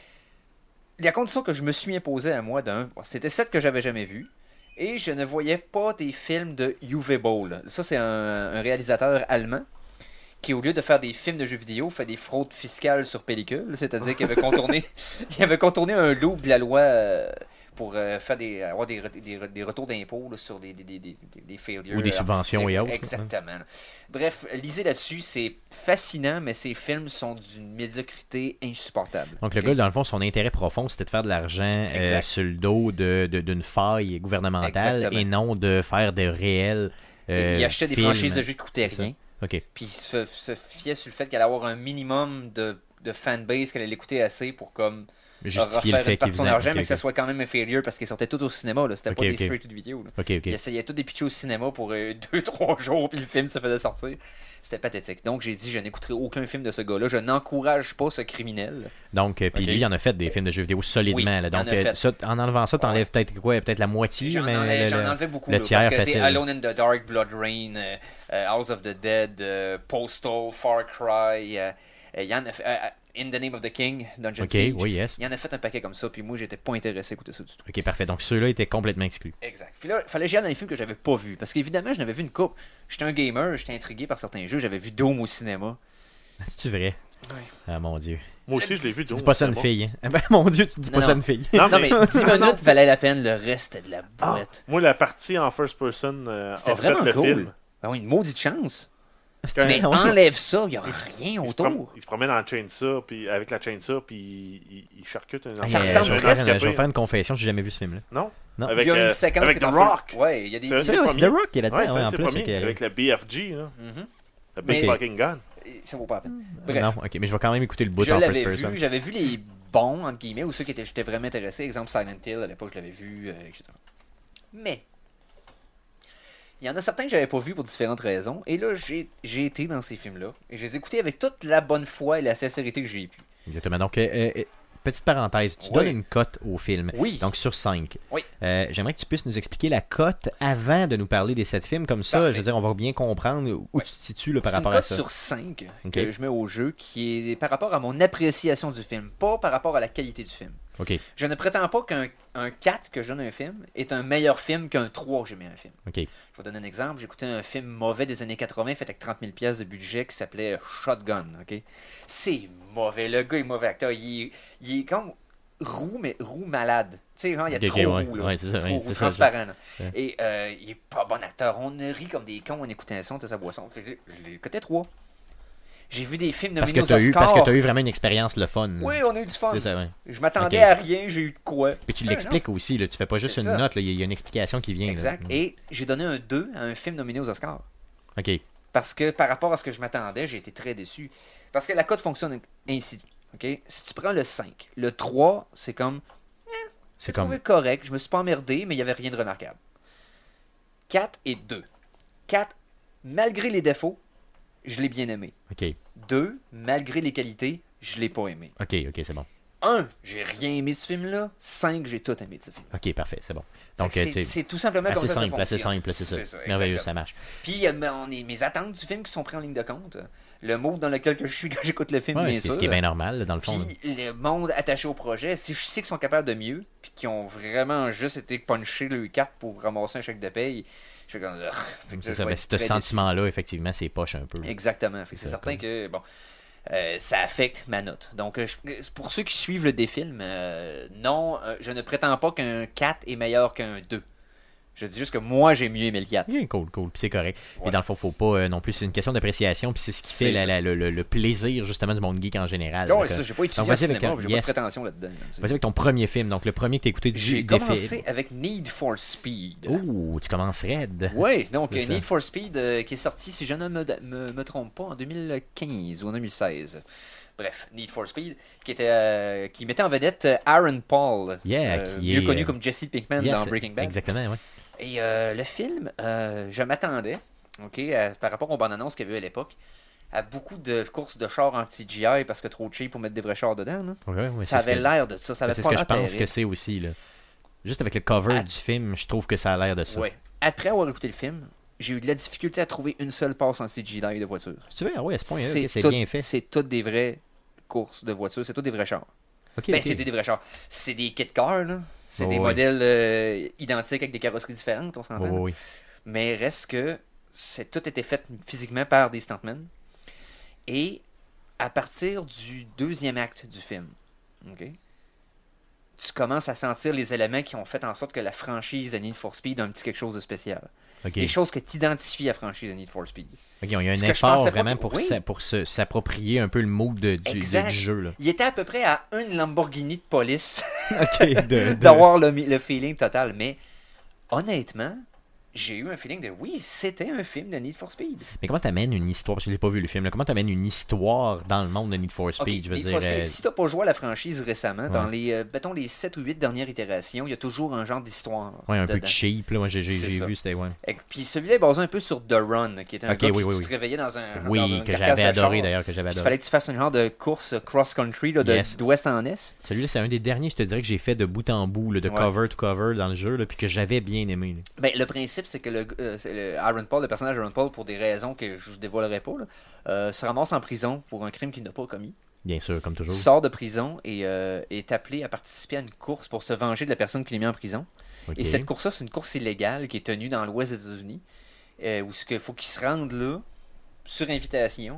la condition que je me suis imposée à moi d'un, c'était sept que j'avais jamais vu. Et je ne voyais pas des films de Uwe Boll. Ça, c'est un, un réalisateur allemand qui, au lieu de faire des films de jeux vidéo, fait des fraudes fiscales sur pellicule. C'est-à-dire qu'il avait contourné, il avait contourné un loop de la loi euh, pour euh, faire des, avoir des, re- des, re- des retours d'impôts là, sur des, des, des, des, des failures Ou des subventions et artistiques. autres. Exactement. Bref, lisez là-dessus, c'est fascinant, mais ces films sont d'une médiocrité insupportable. Donc le Ok? gars, dans le fond, son intérêt profond, c'était de faire de l'argent euh, Exact. sur le dos de, de- d'une faille gouvernementale Exactement. et non de faire de réels euh, il achetait des films. franchises de jeux qui coûtaient C'est ça. rien. OK. Puis il se, se fiait sur le fait qu'elle allait avoir un minimum de, de fanbase, qu'elle allait l'écouter assez pour comme Justifier le refaire fait une partie qu'il de son faisait... argent, ok, mais que ça ok. soit quand même un failure parce qu'ils sortaient tous au cinéma. Là. C'était Ok, pas ok. des straight to vidéo. Là. Ok, ok. Ils essayaient tous des pitchés au cinéma pour deux trois jours, puis le film se faisait sortir. C'était pathétique. Donc j'ai dit, je n'écouterai aucun film de ce gars-là. Je n'encourage pas ce criminel. Donc, euh, puis Ok. lui, il en a fait des films de jeux vidéo solidement. Oui, là. il en Donc, a euh, fait. ça, en enlevant ça, t'enlèves Ouais. peut-être quoi? Peut-être la moitié, J'en mais enlevais, le- j'en le- enlevais beaucoup. le là, tiers parce que, tu sais, facile. Alone in the Dark, Blood Rain, euh, euh, House of the Dead, euh, Postal, Far Cry, euh, euh, il y en a fait, euh, In the Name of the King, Dungeon Ok, Siege. oui, yes. Il y en a fait un paquet comme ça, puis moi j'étais pas intéressé à écouter ça du tout. Ok, parfait. Donc, ceux-là étaient complètement exclus. Exact. Puis là, il fallait que j'aille dans les films que j'avais pas vus. Parce qu'évidemment, je n'avais vu une coupe. J'étais un gamer, j'étais intrigué par certains jeux. J'avais vu Doom au cinéma. C'est-tu vrai? Ouais. Ah, mon Dieu. Moi aussi, je l'ai vu. Tu dis Doom, pas ça à une c'est fille. Hein? Ben, mon Dieu, tu dis Non, pas ça à non. une fille. bon. Non, mais dix minutes valait la peine, le reste c'était de la Ah, boîte. moi, la partie en first person euh, C'était a fait vraiment le cool. film. Ben oui, une maudite chance. C'est Mais vrai, ouais. enlève ça, il n'y a rien Il se, prom- autour. il se promène en chainsaw, puis avec la chainsaw, puis il, il, il charcute un Ah, Ça euh, ressemble je, vais un faire une, handicapé. je vais faire une confession, j'ai jamais vu ce film-là. Non? Non. Avec, Il y a une euh, séquence avec qui est The en full- Rock. Ouais, il y a des. C'est un C'est des vrai, c'est The premiers. Rock qui est là-dedans. Ouais, Ouais, en c'est plus, le c'est premier, que- avec le B F G, là. Mhm. le Big Ok. Fucking Gun. Et ça vaut pas la peine. Bref. Non, ok, mais je vais quand même écouter le bout Je en first l'avais person. vu, j'avais vu les bons, entre guillemets, ou ceux qui étaient, j'étais vraiment intéressé. Exemple Silent Hill, à l'époque, je l'avais vu, euh, et cetera. Mais, il y en a certains que j'avais pas vus pour différentes raisons. Et là, j'ai, j'ai été dans ces films-là. Et je les ai écoutés avec toute la bonne foi et la sincérité que j'ai pu. Exactement. Donc, euh, euh, petite parenthèse, tu Oui. donnes une cote au film. Oui. Donc, sur cinq. Oui. Euh, j'aimerais que tu puisses nous expliquer la cote avant de nous parler des sept films. Comme ça, Parfait. je veux dire, on va bien comprendre où Ouais. tu te situes là, par C'est une rapport à cote ça. sur cinq Ok. que je mets au jeu qui est par rapport à mon appréciation du film, pas par rapport à la qualité du film. OK. Je ne prétends pas qu'un un quatre que je donne à un film est un meilleur film qu'un trois que j'ai mis à un film. OK. Je vais vous donner un exemple. J'ai écouté un film mauvais des années quatre-vingts fait avec trente mille pièces de budget qui s'appelait Shotgun. Ok, c'est mauvais. Le gars est mauvais acteur. Il est, il est comme roux, mais roux malade. Tu sais, genre, il y a Ok, trop ok, ouais. roux. Là. Ouais, c'est ça, trop ouais, roux, c'est ça, transparent. là. Ouais. Et euh, il est pas bon acteur. On rit comme des cons en écoutant un son de sa boisson. Fait que Je je l'ai écouté trois. J'ai vu des films Parce nominés que aux tu as eu, Oscars. parce que tu as eu vraiment une expérience le fun. Oui, on a eu du fun. C'est ça, ouais. Je m'attendais Ok. à rien, j'ai eu de quoi. Puis tu Ah, l'expliques aussi, là. Tu fais pas juste C'est une ça. note, là. Il y a- il y a une explication qui vient. là. Exact. Mm. Et j'ai donné un deux à un film nominé aux Oscars. OK. Parce que par rapport à ce que je m'attendais, j'ai été très déçu. Parce que la cote fonctionne ainsi. Ok, si tu prends le cinq, le trois, c'est comme. C'est J'ai comme. trouvé correct, je me suis pas emmerdé, mais il n'y avait rien de remarquable. quatre et deux. quatre, malgré les défauts, je l'ai bien aimé. OK. deux, malgré les qualités, je l'ai pas aimé. OK, OK, c'est bon. un, j'ai rien aimé de ce film-là. cinq, j'ai tout aimé de ce film. OK, parfait, c'est bon. Donc, Fait que euh, c'est, tu sais, c'est tout simplement assez comme ça que ça simple, assez fonctionne. simple, c'est ça. ça, Merveilleux, exactement. ça marche. Puis, euh, on est, mes attentes du film qui sont prises en ligne de compte. Le mode dans lequel que je suis quand j'écoute le film, Ouais, bien ce qui- sûr. ce qui est bien normal, là, dans le fond. là. Puis le monde attaché au projet, si je sais qu'ils sont capables de mieux, puis qu'ils ont vraiment juste été punchés le carte pour ramasser un chèque de paye, je fais comme. Ugh. Fait que C'est là, ça, je vais mais être ce très déçu. sentiment-là, effectivement, c'est poche un peu. Exactement. Fait que C'est c'est ça, certain comme- que bon, euh, ça affecte ma note. Donc, euh, je- pour ceux qui suivent le défilm, euh, non, euh, je ne prétends pas qu'un quatre est meilleur qu'un deux. Je dis juste que moi, j'ai mieux aimé le quatre. Bien, cool, cool. Puis c'est correct. Ouais. Et dans le fond, faut pas euh, non plus. C'est une question d'appréciation. Puis c'est ce qui C'est fait la- ça. la- le, le- le plaisir, justement, du monde geek en général. Non, Donc, c'est ça, euh, j'ai pas étudié donc, en vas-y avec cinéma, un- j'ai yes. pas de prétention là-dedans. là. Vas-y avec ton premier film. Donc, le premier que t'as écouté du J'ai des commencé films. avec Need for Speed. Ouh, tu commences raide. Oui, donc C'est euh, ça. Need for Speed euh, qui est sorti, si je ne me, me, me trompe pas, en deux mille quinze ou en deux mille seize. Bref, Need for Speed, qui était euh, qui mettait en vedette euh, Aaron Paul, Yeah, euh, qui mieux est, connu euh, comme Jesse Pinkman Yes, dans Breaking Bad. Exactement, oui. Et euh, le film, euh, je m'attendais, ok, à- par rapport aux bandes annonces qu'il y avait eu à l'époque, à beaucoup de courses de chars en C G I parce que trop cheap pour mettre des vrais chars dedans. Là. Ouais, ouais, Ça c'est ce avait que- l'air de ça, ça avait C'est pas ce que je l'air pense terrible. que c'est aussi. Là. Juste avec le cover Ah. du film, je trouve que ça a l'air de ça. Ouais. Après avoir écouté le film, j'ai eu de la difficulté à trouver une seule passe en C G I de voiture. Si tu veux, ah ouais, à ce point-là, ok, c'est tout- bien fait. C'est toutes des vraies courses de voitures, c'est toutes des vrais chars. Ok, Ben, ok. c'était des vrais chars. C'est des kit cars, là. C'est Oh, des oui. modèles euh, identiques avec des carrosseries différentes, on s'entend. Oui, oui, oui. Mais reste que c'est tout était fait physiquement par des stuntmen. Et à partir du deuxième acte du film, ok, tu commences à sentir les éléments qui ont fait en sorte que la franchise de Need for Speed a un petit quelque chose de spécial. Ok. Les choses que tu identifies à la franchise de Need for Speed. Ok, il y a un Ce que je effort pensais pas vraiment que- pour, oui. s'a- pour se- s'approprier un peu le mood de- du, Exact. du jeu. Là. Il était à peu près à une Lamborghini de police Ok, de, de- d'avoir le, le feeling total. Mais honnêtement, j'ai eu un feeling de oui, c'était un film de Need for Speed. Mais comment t'amènes une histoire, parce que je l'ai pas vu le film, là. Comment t'amènes une histoire dans le monde de Need for Speed, Okay, je veux Need dire. for Speed, euh, si t'as pas joué à la franchise récemment, dans Ouais. les, euh, mettons, les sept ou huit dernières itérations, il y a toujours un genre d'histoire. Ouais, un peu dedans. cheap, là. Moi, j'ai j'ai- C'est j'ai ça. vu, c'était, ouais. Et puis celui-là est basé un peu sur The Run, qui est un Ok, gars oui, qui oui, tu oui. te réveillait dans un dans Oui, une que carcasse j'avais de adoré, char. d'ailleurs, que j'avais Puis il adoré. fallait que tu fasses un genre de course cross-country là, de- Yes. d'ouest en est. Celui-là, c'est un des derniers, je te dirais, que j'ai fait de bout en bout, là, de Ouais. cover to cover dans le jeu, là, puis que j'avais bien aimé. Là. Ben, le principe, c'est que le, euh, c'est le Aaron Paul, le personnage Aaron Paul, pour des raisons que je ne dévoilerai pas, là, euh, se ramasse en prison pour un crime qu'il n'a pas commis. Bien sûr, comme toujours. Sort de prison et euh, est appelé à participer à une course pour se venger de la personne qui l'a mis en prison. Ok. Et cette course-là, c'est une course illégale qui est tenue dans l'ouest des États-Unis, euh, où il faut qu'il se rende là, sur invitation.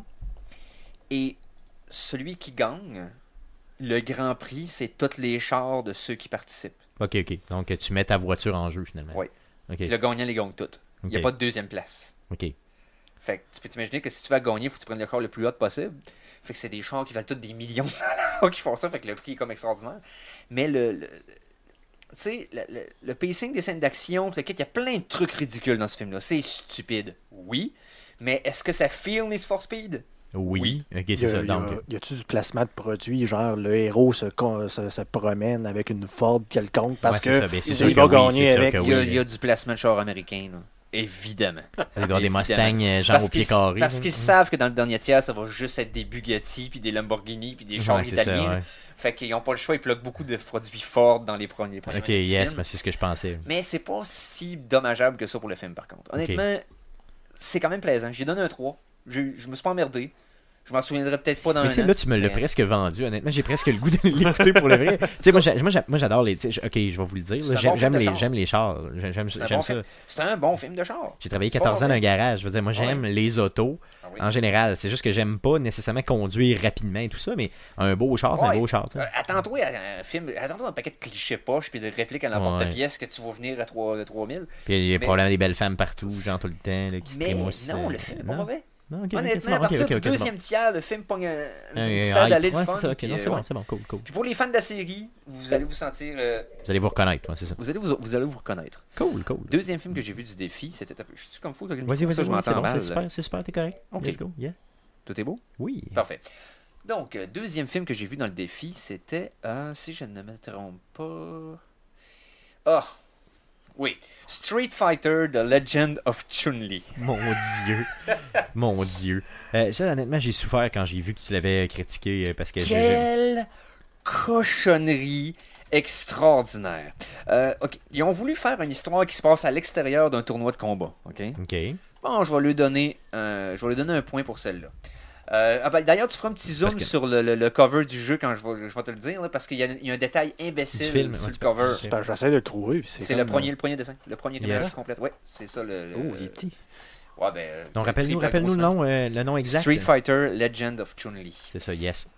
Et celui qui gagne, le grand prix, c'est tous les chars de ceux qui participent. Ok, ok. Donc, tu mets ta voiture en jeu, finalement. Oui. Ok. Puis le gagnant les gagne toutes. Il n'y a Ok. pas de deuxième place. Ok. Fait que tu peux t'imaginer que si tu vas gagner, il faut que tu prennes le char le plus haut possible. Fait que c'est des chars qui valent tous des millions de dollars qui font ça, fait que le prix est comme extraordinaire. Mais le. le- tu sais, le, le- le pacing des scènes d'action, le kit, il y a plein de trucs ridicules dans ce film-là. C'est stupide, oui. Mais est-ce que ça feel Need for Speed? Oui. Oui. Ok, Y c'est a- ça. y a- Donc, y a-tu du placement de produits, genre le héros se, con- se, se promène avec une Ford quelconque parce Ouais, c'est que ça, ben, c'est il sûr va que oui, gagner c'est sûr avec. que Il y, a, oui. il y a du placement de char américain, là. Évidemment. il doit y avoir des Évidemment. Mustangs, euh, genre Parce au pied qu'ils- carré. Parce là. qu'ils savent que dans le dernier tiers, ça va juste être des Bugatti, puis des Lamborghini, puis des chars Ouais, c'est ça, italiens. ouais. là. Fait qu'ils n'ont pas le choix, ils pluguent beaucoup de produits Ford dans les premiers premiers Ok, minutes du yes, film. mais c'est ce que je pensais. Mais c'est pas si dommageable que ça pour le film, par contre. Honnêtement, c'est quand même plaisant. J'ai donné un trois. Je, je me suis pas emmerdé. Je m'en souviendrai peut-être pas dans Mais un tu sais, an. là, tu me l'as mais- presque vendu. Honnêtement, j'ai presque le goût de l'écouter pour le vrai. Tu sais, moi, j'a- moi, j'a- moi, j'adore les. tu sais, j- Ok, je vais vous le dire. C'est là, un J'aime bon film j'aime de les, char. j'aime les chars. J'aime j'aime C'est un j'aime bon ça. film. C'est un bon film de char. J'ai travaillé C'est pas quatorze ans dans un mauvais. garage. Je veux dire, moi, Ah j'aime ouais. les autos Ah oui. en général. C'est juste que j'aime pas nécessairement conduire rapidement et tout ça, mais un beau char, c'est Ouais. un beau char. tu sais. Euh, Attends-toi à un film, attends-toi à un paquet de clichés poches puis de répliques à l'emporte-pièce que tu vas venir à trois mille. Puis il y a mais- probablement des belles femmes partout, genre tout le temps, là, qui se Mais trémoussent. non, euh, le film est pas non? mauvais. Non, ok, ok, c'est Honnêtement, bon, à partir ok, ok, du ok, c'est bon. deuxième tiers, le film pogne un, une Un- petite un aile d'aller hype. le Ouais, fun. c'est ça, ok, puis, non, euh, c'est bon, ouais. c'est bon, cool, cool. Puis pour les fans de la série, vous allez vous sentir... euh, Vous allez vous reconnaître, ouais, c'est ça. vous, allez vous, vous allez vous reconnaître. Cool, cool. Deuxième film que j'ai vu du défi, c'était... Je suis comme fou, avec le Vas-y, micro, ça, vas-y, je vas-y, m'entends c'est bon, mal. c'est super, c'est super, t'es correct. Ok. Let's go, yeah. Tout est beau? Oui. Parfait. Donc, euh, deuxième film que j'ai vu dans le défi, c'était, euh, si je ne me trompe pas... Ah! Oui. Street Fighter, The Legend of Chun-Li. Mon Dieu. Mon Dieu. Euh, ça, honnêtement, j'ai souffert quand j'ai vu que tu l'avais critiqué euh, parce que j'ai- Quelle cochonnerie extraordinaire. Euh, ok, ils ont voulu faire une histoire qui se passe à l'extérieur d'un tournoi de combat. Ok. Ok. Bon, je vais lui donner, euh, je vais lui donner un point pour celle-là. Euh, ah ben, D'ailleurs, tu feras un petit zoom Parce que- sur le, le- le cover du jeu quand je vais, je vais te le dire, là, parce qu'il y, a il y a un détail imbécile Du film, sur ouais, le tu peux- cover. C'est parce que j'essaie de le trouver. puis C'est le comme, premier, le premier dessin, le premier Yes. caméra complète. Ouais, c'est ça le. le- Oh, il est petit. Ouais, ben. euh, Donc, le rappelle-nous triple rappelle-nous le grosse nom, euh, le nom exact. Street Fighter Legend of Chun-Li. C'est ça, yes.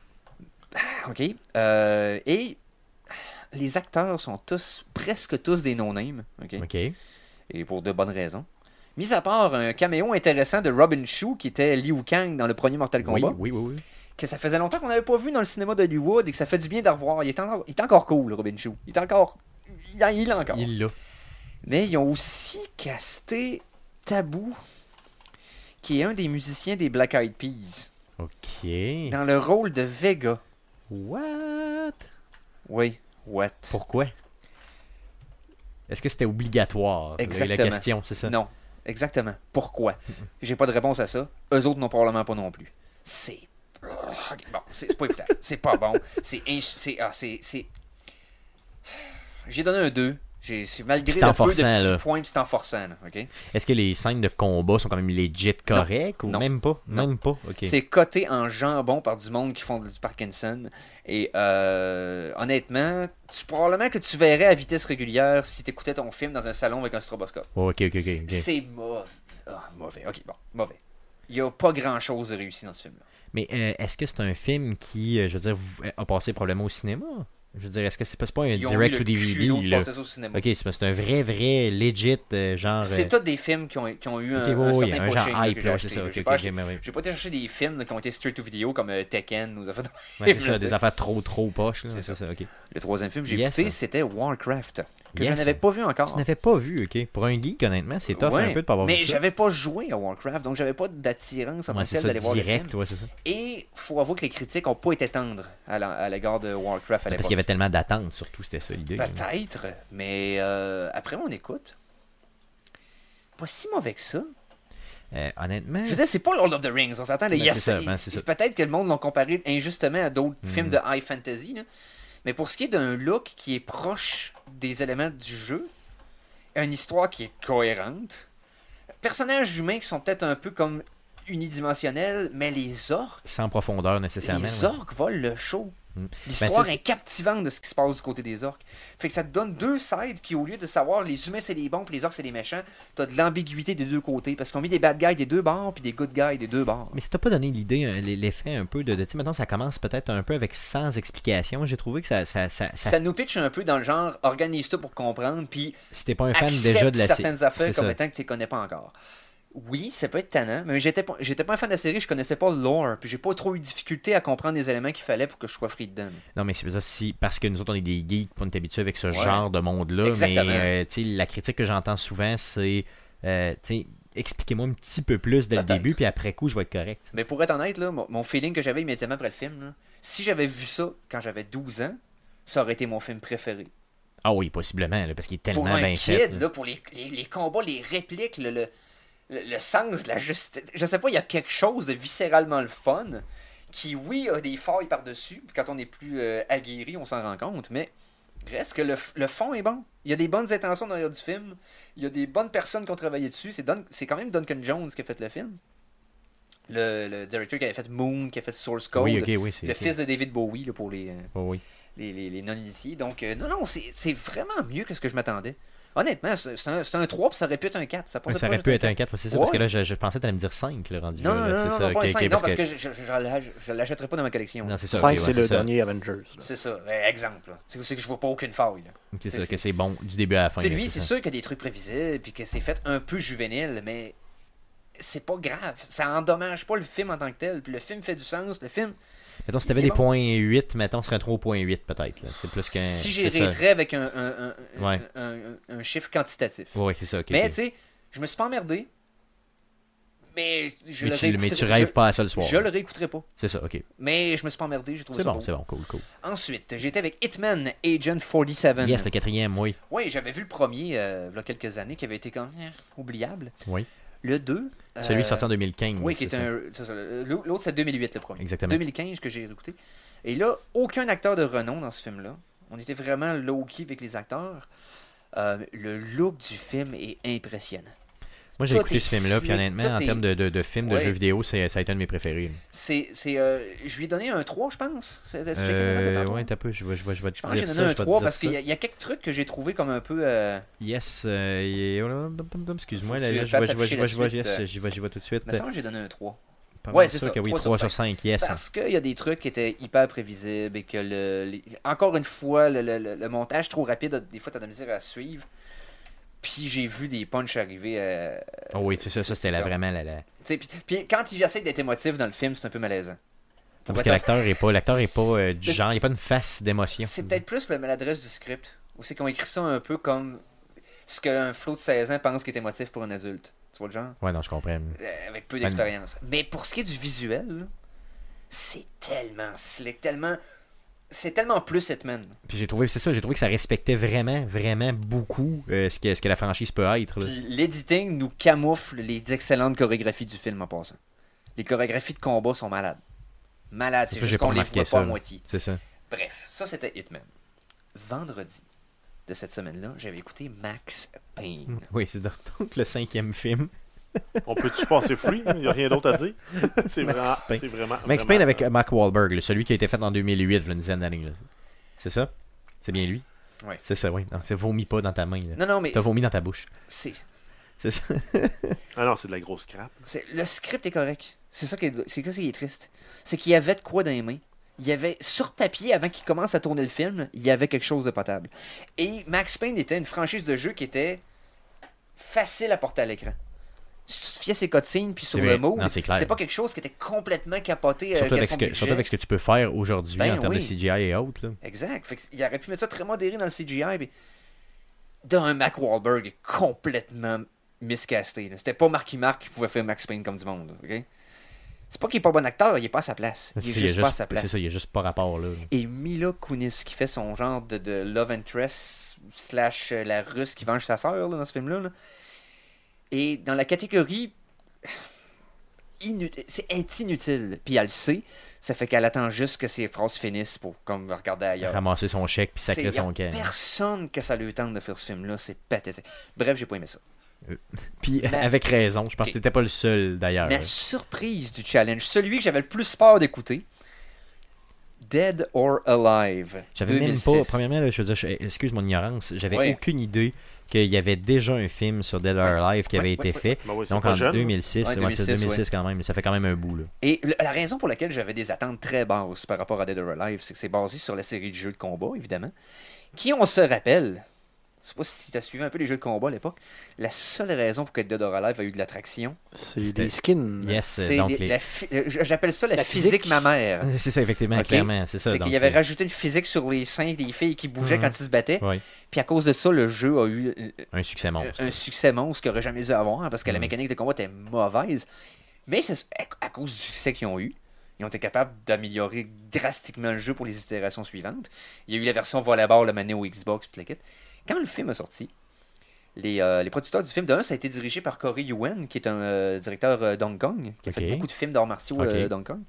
OK. Euh, et les acteurs sont tous, presque tous des no-names. OK. Ok. Et pour de bonnes raisons. Mis à part un caméo intéressant de Robin Shou, qui était Liu Kang dans le premier Mortal Oui, Kombat, oui, oui, oui. que ça faisait longtemps qu'on n'avait pas vu dans le cinéma d'Hollywood et que ça fait du bien de revoir. Il est encore, il est encore cool, Robin Shou. Il est encore. Il, il est encore. Il l'a. Mais ils ont aussi casté Taboo, qui est un des musiciens des Black Eyed Peas, Ok. dans le rôle de Vega. What? Oui, what? Pourquoi? Est-ce que c'était obligatoire? la- Exactement. La question, c'est ça? Non, exactement. Pourquoi? J'ai pas de réponse à ça. Eux autres n'ont probablement pas non plus. C'est... Ok, bon, c'est c'est pas écoutable. C'est pas bon. C'est... ins- c'est... Ah, c'est... c'est- J'ai donné un deux. J'ai, c'est malgré C'est le peu de enforçant, petits là. points, puis c'est enforçant, là, ok? Est-ce que les scènes de combat sont quand même legit correctes ou Non. même pas? Non. Même pas? Ok. C'est coté en jambon par du monde qui font du Parkinson. Et euh, honnêtement, tu, probablement que tu verrais à vitesse régulière si tu écoutais ton film dans un salon avec un stroboscope. Oh, ok, ok, ok. ok. C'est mauvais. Ah, mauvais. Ok, bon, mauvais. Il n'y a pas grand-chose de réussi dans ce film-là. Mais euh, est-ce que c'est un film qui, euh, je veux dire, vous- a passé probablement au cinéma? Je veux dire, est-ce que c'est pas, c'est pas un Ils ont eu direct le to D V culot de D? Là? passer ça au cinéma. Ok, c'est, c'est un vrai, vrai, legit, euh, genre... C'est euh, tous des films qui ont, qui ont eu un, ok, un oui, oui, certain un pushing, genre là, hype, que j'ai là, c'est acheté, ça. là. Ok, J'ai ok, pas acheté- ok, mais oui. j'ai pas été chercher des films là, qui ont été straight to vidéo comme euh, Tekken nous a fait. Ouais, c'est ça, des affaires trop, trop poches. là, C'est C'est ça. ça, ok. Le troisième film que j'ai Yes. écouté, c'était Warcraft. que Yes. je n'avais pas vu encore. Tu n'avais pas vu, ok. Pour un geek, honnêtement, c'est tough Ouais, un peu de pas avoir mais vu ça. j'avais pas joué à Warcraft, donc j'avais pas d'attirance en tant Ouais, que c'est tel ça, d'aller voir le film. direct, ouais, c'est ça. Et faut avouer que les critiques ont pas été tendres à la- à l'égard de Warcraft à Parce l'époque. qu'il y avait tellement d'attentes, surtout, c'était ça l'idée. Peut-être, mais euh, après mon écoute, pas si mauvais que ça. Euh, honnêtement, Je veux dire, c'est pas Lord of the Rings, on s'entend. là, Ben, il y a- c'est ça, ben, c'est ça. Peut-être que le monde l'ont comparé injustement à d'autres Mm. films de high fantasy, là. Mais pour ce qui est d'un look qui est proche des éléments du jeu, une histoire qui est cohérente, personnages humains qui sont peut-être un peu comme unidimensionnels, mais les orques, sans profondeur nécessairement. les ouais. orques volent le show. Mm. L'histoire Ben, c'est- est captivante de ce qui se passe du côté des orques. Fait que ça te donne deux sides qui, au lieu de savoir les humains c'est les bons puis les orques c'est les méchants, t'as de l'ambiguïté des deux côtés. Parce qu'on met des bad guys des deux bords puis des good guys des deux bords. Mais ça t'a pas donné l'idée, hein, l'effet un peu de. de tu sais, maintenant, ça commence peut-être un peu avec sans explication. J'ai trouvé que ça. ça, ça, ça- Ça nous pitch un peu dans le genre organise-toi pour comprendre puis si t'es pas un fan accepte déjà de la série. certaines affaires c'est comme ça. étant que tu les connais pas encore. Oui, ça peut être tannant, mais j'étais pas, j'étais pas un fan de la série, je connaissais pas le lore, puis j'ai pas trop eu de difficulté à comprendre les éléments qu'il fallait pour que je sois free dedans. Non, mais c'est ça, si, parce que nous autres, on est des geeks, on est habitués avec ce Ouais. genre de monde-là. Exactement. Mais euh, tu sais, la critique que j'entends souvent, c'est. Euh, tu sais, expliquez-moi un petit peu plus dès le Peut-être. début, puis après coup, je vais être correct. Mais pour être honnête, là, mon, mon feeling que j'avais immédiatement après le film, là, si j'avais vu ça quand j'avais douze ans, ça aurait été mon film préféré. Ah oui, possiblement, là, parce qu'il est tellement Pour un bien kid, fait. là. là, pour les, les, les combats, les répliques, le, le, le, le sens, la justice. Je sais pas, il y a quelque chose de viscéralement le fun qui, oui, a des failles par-dessus. Puis quand on est plus euh, aguerri, on s'en rend compte. Mais reste que le, f- le fond est bon. Il y a des bonnes intentions derrière du film. Il y a des bonnes personnes qui ont travaillé dessus. C'est, Dun- c'est quand même Duncan Jones qui a fait le film. Le, le directeur qui avait fait Moon, qui a fait Source Code. Oui, ok, oui, c'est. Le ok. fils de David Bowie là, pour les. euh, Oh, oui. les, les, les non-initiés. Donc, euh, non, non, c'est, c'est vraiment mieux que ce que je m'attendais. Honnêtement, c'est, c'est un, c'est un trois, puis ça aurait pu être un quatre. Ça, Ouais, passait ça pas aurait juste pu être un quatre, c'est ça, Ouais. parce que là, je, je pensais que t'allais me dire cinq, le rendu Non, là. non, là, non, c'est non, ça, non, pas ok, un ok, cinq, non, parce parce que- que, je, je, je, l'ach- je l'achèterai pas dans ma collection. Non, c'est ça. cinq, ok, c'est ouais, le ça. dernier Avengers. là. C'est ça, euh, exemple. là. C'est, c'est que je vois pas aucune faille. Là. Ok, c'est c'est- ça, que c'est bon du début à la fin. Tu sais, là, lui, c'est c'est ça. sûr qu'il y a des trucs prévisibles, puis que c'est fait un peu juvénile, mais c'est pas grave. Ça endommage pas le film en tant que tel. Puis le film fait du sens. Le film, Mettons, si t'avais il est des bon. points huit, mettons, ce serait un trois point huit peut-être. là. C'est plus qu'un. si c'est ça. j'hériterais avec un, un, un, un- Ouais. un, un- un chiffre quantitatif. Ouais, c'est ça, ok. Mais ok. tu sais, je me suis pas emmerdé. Mais je Mais le tu, mais réécouterai- tu rêves je- pas à ça le soir. Je le réécouterai pas. C'est ça, ok. Mais je me suis pas emmerdé, j'ai trouvé C'est ça bon, beau. c'est bon, cool, cool. Ensuite, j'étais avec Hitman Agent quarante-sept. Yes, le quatrième, oui. Oui, j'avais vu le premier euh, il y a quelques années qui avait été comme eh, oubliable. Oui. Le deux. Celui euh, sorti en deux mille quinze. Oui, qui c'est était ça. un. c'est ça, l'autre, c'est deux mille huit le premier. Exactement. deux mille quinze que j'ai réécouté. Et là, aucun acteur de renom dans ce film-là. On était vraiment low-key avec les acteurs. Euh, le look du film est impressionnant. Moi, j'ai Tout écouté est ce film-là, puis slick, honnêtement, tout en est- termes de, de, de films, de Ouais. jeux vidéo, c'est, ça a été un de mes préférés. C'est, c'est, euh, je lui ai donné un trois, je pense. C'est, c'est- c'est checké mon note de Euh, tantôt? ouais, t'as peu, je vais, je vais, je vais te Je pense que dire j'ai ça. donné un je vais te trois dire parce ça. qu'il y, a- il y a quelques trucs que j'ai trouvé comme un peu. euh, Yes, euh, il est- excuse-moi, Faut là, que tu là, je fasses vais, je vais, afficher je la vais, je vais, suite, yes, euh. j'y vais, j'y vais tout de suite. Il me semble que j'ai donné un trois. Pas Ouais, mal c'est sûr ça, que oui, trois sur trois sur cinq, yes. Parce qu'il y a des trucs qui étaient hyper prévisibles et que, le, les- encore une fois, le, le- le- le montage trop rapide, des fois, t'as de la misère à suivre. Puis j'ai vu des punchs arriver à. Oh oui, c'est ça, ça c'était la, comme- vraiment la... la... Tu sais, Puis, puis quand il essaie d'être émotif dans le film, c'est un peu malaisant. Pour Parce que être- l'acteur est pas, l'acteur est pas euh, du Mais genre, il n'y a pas une face d'émotion. C'est peut-être plus la maladresse du script. Ou c'est qu'ils ont écrit ça un peu comme ce qu'un flot de seize ans pense qui est émotif pour un adulte. Tu vois le genre? Ouais, non, je comprends. Euh, avec peu d'expérience. Mais pour ce qui est du visuel, là, c'est tellement slick, tellement. C'est tellement plus Hitman. Puis j'ai trouvé, c'est ça, j'ai trouvé que ça respectait vraiment, vraiment beaucoup euh, ce, que, ce que la franchise peut être. Là. Puis l'editing nous camoufle les excellentes chorégraphies du film en passant. Les chorégraphies de combat sont malades. Malades, c'est Ça, juste j'ai pas qu'on les remarqué voit ça, pas à là. moitié. C'est ça. Bref, ça c'était Hitman. Vendredi de cette semaine-là, j'avais écouté Max Payne. Oui, c'est donc donc le cinquième film. On peut-tu passer free? Il n'y a rien d'autre à dire. C'est Max vraiment. Payne. C'est vraiment Max vraiment- Payne avec euh, Mark Wahlberg, là, celui qui a été fait en deux mille huit, il y a une dizaine d'années. là. C'est ça? C'est bien lui? Ouais. C'est ça, oui. Non, c'est vomi pas dans ta main. Là. Non, non, mais T'as vomi dans ta bouche. c'est, C'est ça. Ah non, c'est de la grosse crap. c'est- le script est correct. C'est ça qui est, c'est ça qui est triste. C'est qu'il y avait de quoi dans les mains. Il y avait, sur papier, avant qu'il commence à tourner le film, il y avait quelque chose de potable. Et Max Payne était une franchise de jeu qui était facile à porter à l'écran. Si tu te fiais ses cutscenes puis sur C'est le vrai. mode, Non, c'est clair. c'est pas quelque chose qui était complètement capoté euh, Surtout avec avec, son ce que, budget. surtout avec ce que tu peux faire aujourd'hui Ben en termes oui. de C G I et autres. Là. Exact. Fait que il aurait pu mettre ça très modéré dans le C G I. puis d'un Mark Wahlberg est complètement miscasté. Là. C'était pas Marky Mark qui pouvait faire Max Payne comme du monde. Ok? C'est pas qu'il est pas bon acteur, il est pas à sa place. Il est C'est- juste, il y a pas à sa place. C'est ça, il y a juste pas rapport là. Et Mila Kunis qui fait son genre de, de love interest slash euh, la russe qui venge sa sœur là, dans ce film-là. Là. Et dans la catégorie inut- c'est inutile. Puis elle le sait. Ça fait qu'elle attend juste que ses phrases finissent pour comme regarder ailleurs. Ramasser son chèque puis sacrer C'est- y a son camp. personne que ça lui tente de faire ce film-là. C'est pathétique. Bref, j'ai pas aimé ça. Puis Mais- avec raison, je pense Ok. que t'étais pas le seul d'ailleurs. La surprise du challenge, celui que j'avais le plus peur d'écouter, Dead or Alive. J'avais même deux mille six. pas, premièrement, là, je veux dire, je- excuse mon ignorance, j'avais Ouais. aucune idée qu'il y avait déjà un film sur Dead or Alive qui Ouais, avait ouais, été ouais, fait. Ben oui, c'est Donc pas en jeune, deux mille six, Ouais, ouais, c'est deux mille six, deux mille six quand même, ça fait quand même un bout. Là. Et le- la raison pour laquelle j'avais des attentes très basses par rapport à Dead or Alive, c'est que c'est basé sur la série de jeux de combat, évidemment, qui, on se rappelle, je sais pas si tu as suivi un peu les jeux de combat à l'époque, la seule raison pour que Dead or Alive a eu de l'attraction, C'est C'était- des skins. Yes, c'est donc les- les... la fi- euh, j'appelle ça la, La physique, physique. mammaire. C'est ça, effectivement, Ok. clairement, c'est ça. C'est donc, qu'il y avait c'est- rajouté une physique sur les seins des filles qui bougeaient Mhm. quand ils se battaient. Ouais, Puis à cause de ça, le jeu a eu euh, un succès monstre. un succès monstre qu'il n'aurait jamais dû avoir hein, parce que la Mhm. mécanique de combat était mauvaise. Mais c'est à, à cause du succès qu'ils ont eu, ils ont été capables d'améliorer drastiquement le jeu pour les itérations suivantes. Il y a eu la version volleyball, le mané au Xbox, puis tout le kit. Quand le film est sorti, les, euh, les producteurs du film, d'un, ça a été dirigé par Corey Yuen, qui est un euh, directeur euh, d'Hong Kong, qui a Ok. fait beaucoup de films d'arts martiaux Ok. euh, d'Hong Kong.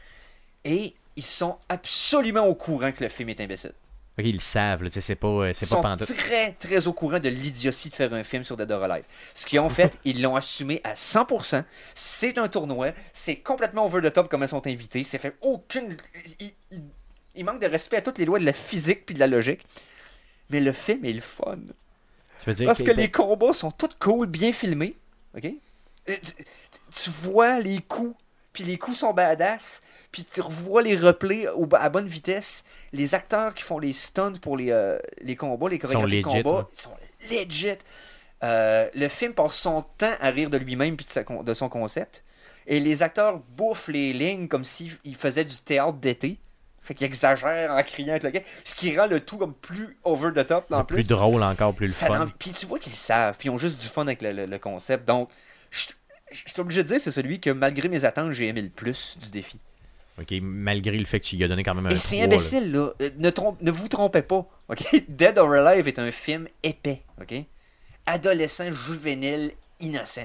Et ils sont absolument au courant que le film est imbécile. Ok, ils le savent, là, tu sais, c'est pas, euh, Ils c'est pas sont pantoute. très, très au courant de l'idiotie de faire un film sur Dead or Alive. Ce qu'ils ont fait, ils l'ont assumé à cent pour cent. C'est un tournoi. C'est complètement over the top comme elles sont invités. C'est fait aucune... Il, il- il manque de respect à toutes les lois de la physique puis de la logique. Mais le film est le fun. Je veux dire Parce que que- les combats sont tous cool, bien filmés. OK? Euh, Tu, tu vois les coups, puis les coups sont badass, puis tu revois les replays au- à bonne vitesse. Les acteurs qui font les stunts pour les, euh, les combats, les chorégraphies de legit, combat, ouais. ils sont legit. Euh, le film passe son temps à rire de lui-même puis de, sa con- de son concept. Et les acteurs bouffent les lignes comme s'ils ils faisaient du théâtre d'été. Fait qu'ils exagèrent en criant avec le gars. Ce qui rend le tout comme plus over the top en c'est plus. plus drôle encore, plus le Ça fun. n'en- Puis tu vois qu'ils le savent, puis ils ont juste du fun avec le, le- le concept. Donc, je je suis obligé de dire c'est celui que, malgré mes attentes, j'ai aimé le plus du défi. Ok, malgré le fait que tu lui as donné quand même un Et c'est trois, là. imbécile, là. Euh, Ne, trompe- ne vous trompez pas, ok? Dead or Alive est un film épais, ok? Adolescent, juvénile, innocent.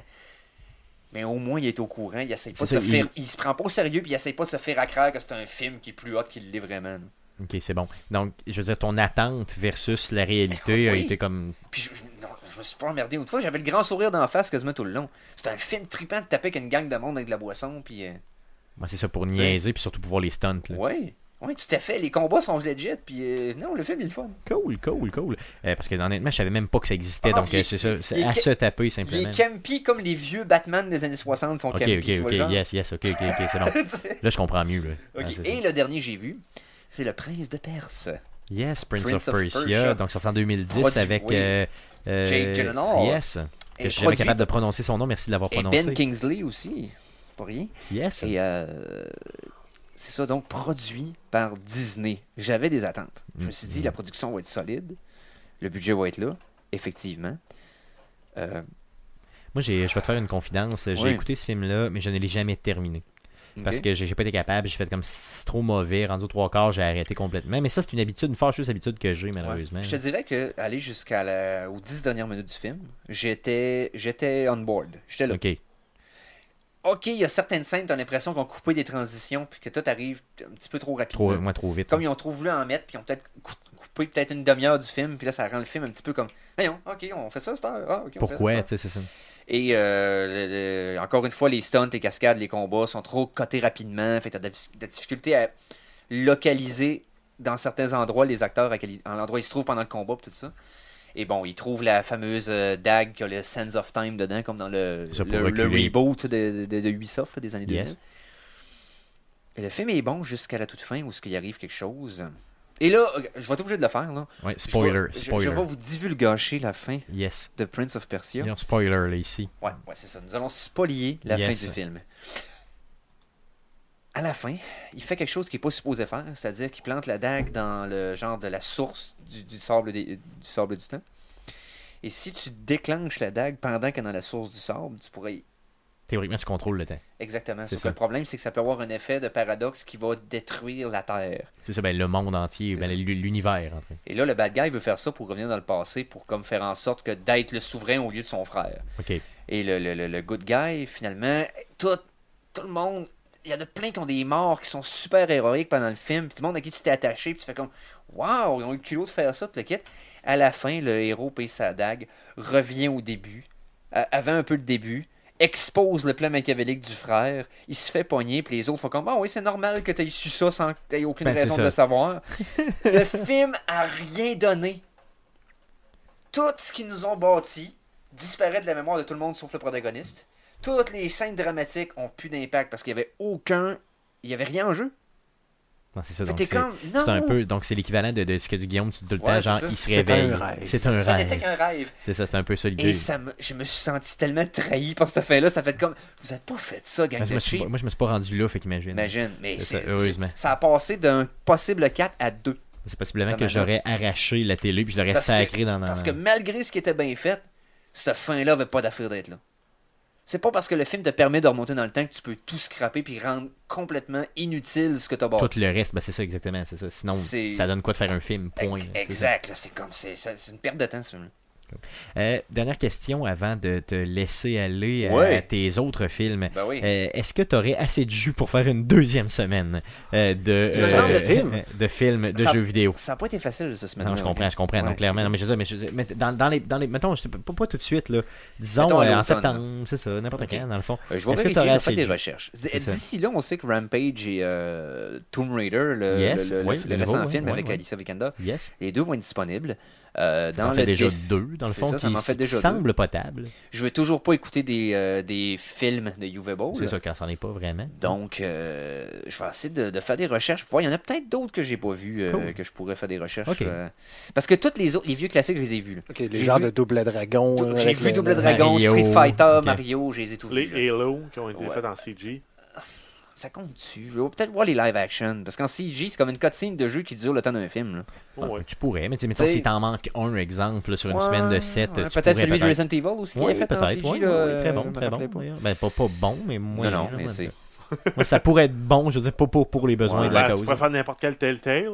Mais au moins, il est au courant, il essaie pas de C'est se ça, faire... il- Il... se prend pas au sérieux, puis il essaie pas de se faire accraire que c'est un film qui est plus hot qu'il l'est vraiment. là. Ok, c'est bon. Donc, je veux dire, ton attente versus la réalité Écoute, a oui. été comme... Puis je, non, je me suis pas emmerdé une fois, j'avais le grand sourire d'en face quasiment tout le long. C'était un film trippant de taper avec une gang de monde avec de la boisson, puis... euh, Moi, c'est ça, pour niaiser, puis surtout pour voir les stunts, là. Ouais, ouais, tout à fait. Les combats sont legit, puis euh, non, le film il est le fun. Cool, cool, cool. Euh, parce que honnêtement, je savais même pas que ça existait, Ah, donc il euh, est- c'est ça, c'est il est à ca- se taper Il simplement. est campy comme les vieux Batman des années soixante sont Ok, campy. ok, tu vois ok, le genre? yes, yes, ok, ok, ok, c'est bon. Là, je comprends mieux, là. Ok, Ouais, c'est et ça. le dernier que j'ai vu, c'est Le Prince de Perse. Yes, Prince, Prince of of Persia, Persia. donc sorti en deux mille dix Produit- avec... oui. euh, euh, Jake Gyllenhaal. Yes, que Et je suis jamais produit- capable de prononcer son nom, merci de l'avoir Et prononcé. Ben Kingsley aussi, pas rien. Yes. Et euh, c'est ça, donc produit par Disney. J'avais des attentes. Je me suis dit, Mhm. la production va être solide, le budget va être là, effectivement. Euh, Moi, j'ai- je vais te faire une confidence. J'ai Oui. écouté ce film-là, mais je ne l'ai jamais terminé. Parce ok. que j'ai j'ai pas été capable, j'ai fait comme c'est trop mauvais, rendu aux trois quarts, j'ai arrêté complètement. Mais ça, c'est une habitude, une fâcheuse habitude que j'ai, malheureusement. Ouais. Je te dirais que aller jusqu'à la, aux dix dernières minutes du film, j'étais j'étais on board. J'étais là. Ok. Ok, il y a certaines scènes, t'as l'impression qu'on coupé des transitions puis que tout arrive un petit peu trop rapidement. Trop, moi, trop vite. Comme ils ont trop voulu en mettre, puis ils ont peut-être cou- coupé peut-être une demi-heure du film, puis là ça rend le film un petit peu comme voyons, ok, on fait ça à cette heure. Ah, ok, on Pourquoi, fait ça, tu sais, c'est ça. Et euh, le- le- encore une fois, les stunts, les cascades, les combats sont trop cotés rapidement. Fait que t'as de la de la difficulté à localiser dans certains endroits les acteurs à, quel, à l'endroit où ils se trouvent pendant le combat pis tout ça. Et bon, ils trouvent la fameuse euh, dague qui a le Sense of Time dedans, comme dans le, C'est ça, pour le, le reculer. reboot de, de, de Ubisoft là, des années Yes. deux mille. Et le film est bon jusqu'à la toute fin où il arrive quelque chose. Et là, je vais être obligé de le faire. Là. Ouais, Je spoiler, vais- je- spoiler. Je, vais vous divulgacher la fin Yes. de Prince of Persia. Il y a un spoiler, là, ici. Ouais, ouais, c'est ça. Nous allons spolier la Yes. fin du film. À la fin, il fait quelque chose qu'il n'est pas supposé faire, c'est-à-dire qu'il plante la dague dans le genre de la source du, du sable, des- du sable du temps. Et si tu déclenches la dague pendant qu'elle est dans la source du sable, tu pourrais... Théoriquement, tu contrôles le temps. Exactement. C'est Sauf ça. que le problème, c'est que ça peut avoir un effet de paradoxe qui va détruire la Terre. C'est ça, ben, le monde entier, C'est ben, ça. l'univers. En fait. Et là, le bad guy veut faire ça pour revenir dans le passé, pour comme faire en sorte que d'être le souverain au lieu de son frère. OK. Et le, le, le, le good guy, finalement, tout, tout le monde, il y en a plein qui ont des morts qui sont super héroïques pendant le film, puis tout le monde à qui tu t'es attaché, puis tu fais comme waouh, ils ont eu le culot de faire ça, puis le kit. À la fin, le héros paye sa dague, revient au début, à- avant un peu le début, expose le plan machiavélique du frère, il se fait pogner, puis les autres font comme ah oui, c'est normal que tu aies su ça sans que tu aies aucune Ben, c'est raison ça. de le savoir. Le film a rien donné. Tout ce qu'ils nous ont bâti disparaît de la mémoire de tout le monde sauf le protagoniste. Toutes les scènes dramatiques ont plus d'impact parce qu'il n'y avait aucun. Il n'y avait rien en jeu. Non, c'est ça. Fait Donc, t'es c'est comme. Non! c'est un peu, donc c'est l'équivalent de, de ce que du Guillaume, tu dis tout le Ouais, temps, genre, c'est ça. il se C'est réveille. un rêve. C'est un Ça n'était rêve. qu'un rêve. C'est ça, c'est un peu ça l'idée. Et ça me, je me suis senti tellement trahi par cette fin-là. Ça fait comme. Vous n'avez pas fait ça, gang Moi, je de me suis cheap. pas- moi, je me suis pas rendu là, fait qu'imagine. Imagine. Mais C'est c'est, ça, heureusement. c'est- ça a passé d'un possible quatre à deux. C'est possiblement Dans que ma j'aurais arraché la télé puis je l'aurais Parce que- sacré dans dans- Parce que malgré ce qui était bien fait, cette fin-là avait pas d'affaire d'être là. C'est pas parce que le film te permet de remonter dans le temps que tu peux tout scraper puis rendre complètement inutile ce que t'as bâti. tout le reste, ben c'est ça exactement, c'est ça. Sinon, C'est- ça donne quoi de faire un film, point. Ex- là, c'est ça. Exact, là, c'est comme c'est, c'est c'est une perte de temps ce film. Euh, dernière question avant de te laisser aller à, Ouais. à tes autres films. Ben oui. Euh, Est-ce que tu aurais assez de jus pour faire une deuxième semaine euh, de, Tu veux dire de films? de films de Ça- jeux vidéo? Ça n'a pas été facile ce semaine. Non, je comprends, je comprends, non, Ouais. clairement. Non, mais je veux dire, mais je veux dire, mais dans, dans les, dans les, mettons, je sais pas, pas tout de suite, là. Disons Mettons à euh, en l'automne, septembre, c'est ça, n'importe Ok. quand, dans le fond. Euh, je vais Est-ce que vérifier, t'aurais je vais assez faire des de- recherches. D- C'est ça. D'ici là, on sait que Rampage et euh, Tomb Raider, le, Yes, le, le- oui, le le récent nouveau, film oui, avec oui. Alicia Vikander, Yes. les deux vont être disponibles. Euh, Ça dans t'en fait le déjà déf- deux, dans le c'est fond, ça, ça qui, m'en fait qui déjà deux. semblent potables. Je veux toujours pas écouter des, euh, des films de Uwe Boll. C'est ça, quand ça n'en est pas vraiment. Donc, euh, je vais essayer de, de faire des recherches pour voir. Il y en a peut-être d'autres que j'ai pas vus, euh, Cool. que je pourrais faire des recherches. Ok. euh, parce que tous les autres, les vieux classiques, je les ai vus. là. Ok, les J'ai genres vu- de Double Dragon. Tout- là, J'ai avec vu le- Double le- Dragon, Mario, Street Fighter, ok. Mario, je les ai tous Les vus. là. Halo qui ont été Ouais. faits en C G. Ça compte-tu? Je vais peut-être voir les live action. Parce qu'en C G, c'est comme une cutscene de jeu qui dure le temps d'un film. là. Ah, Ouais. Tu pourrais, mais tu sais, mettons, T'sais- si t'en manques un exemple là, sur une Ouais, semaine de sept, ouais, tu peut-être pourrais celui de peut-être- Resident Evil aussi qui Oui, est fait en peut-être, C G. oui, là, oui, très bon, euh, très je me bon. rappelais pas. d'ailleurs. Ben, pas, pas bon, mais moins. Non, non, mais c'est... Moi, ça pourrait être bon, je veux dire, pas pour, pour les besoins Ouais, de la ben, Tu cause. pourrais faire n'importe quel Telltale.